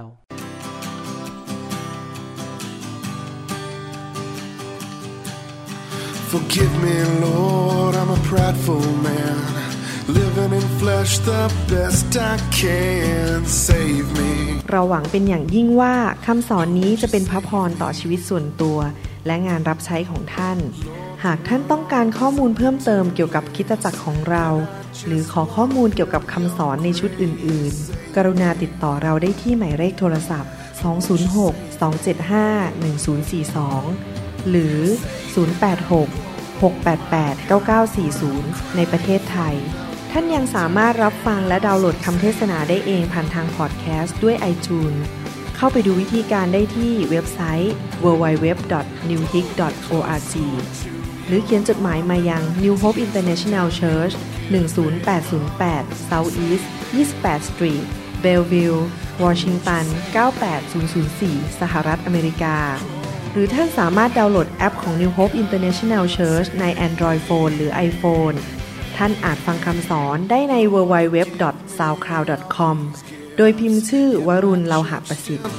Forgive me, Lord, I'm a prideful man, living in flesh the best I can. Save me. เราหวังเป็นอย่างยิ่งว่าคำสอนนี้จะเป็นพระพรต่อชีวิตส่วนตัวและงานรับใช้ของท่านหากท่านต้องการข้อมูลเพิ่มเติมเกี่ยวกับคริสตจักรของเราหรือขอข้อมูลเกี่ยวกับคำสอนในชุดอื่นๆกรุณาติดต่อเราได้ที่หมายเลขโทรศัพท์สอง ศูนย์ หก สอง เจ็ด ห้า หนึ่ง ศูนย์ สี่ สองหรือศูนย์ แปด หก หก แปด แปด เก้า เก้า สี่ ศูนย์ในประเทศไทยท่านยังสามารถรับฟังและดาวน์โหลดคำเทศนาได้เองผ่านทางพอดแคสต์ด้วย iTunes เข้าไปดูวิธีการได้ที่เว็บไซต์ ดับเบิลยู ดับเบิลยู ดับเบิลยู ดอท นิว ฮิก ดอท โอ อาร์ จี หรือเขียนจดหมายมายัง New Hope International Church หนึ่ง ศูนย์ แปด ศูนย์ แปด South East ยี่สิบแปด Street Bellevue Washington เก้า แปด ศูนย์ ศูนย์ สี่ สหรัฐอเมริกาหรือท่านสามารถดาวน์โหลดแอปของ New Hope International Church ใน Android Phone หรือ iPhone ท่านอาจฟังคำสอนได้ใน ดับเบิลยู ดับเบิลยู ดับเบิลยู ดอท ซาวด์คลาวด์ ดอท คอม โดยพิมพ์ชื่อวรุณ เลาหะประสิทธิ์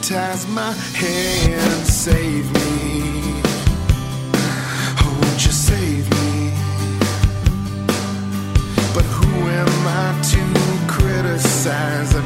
But who am I to criticize?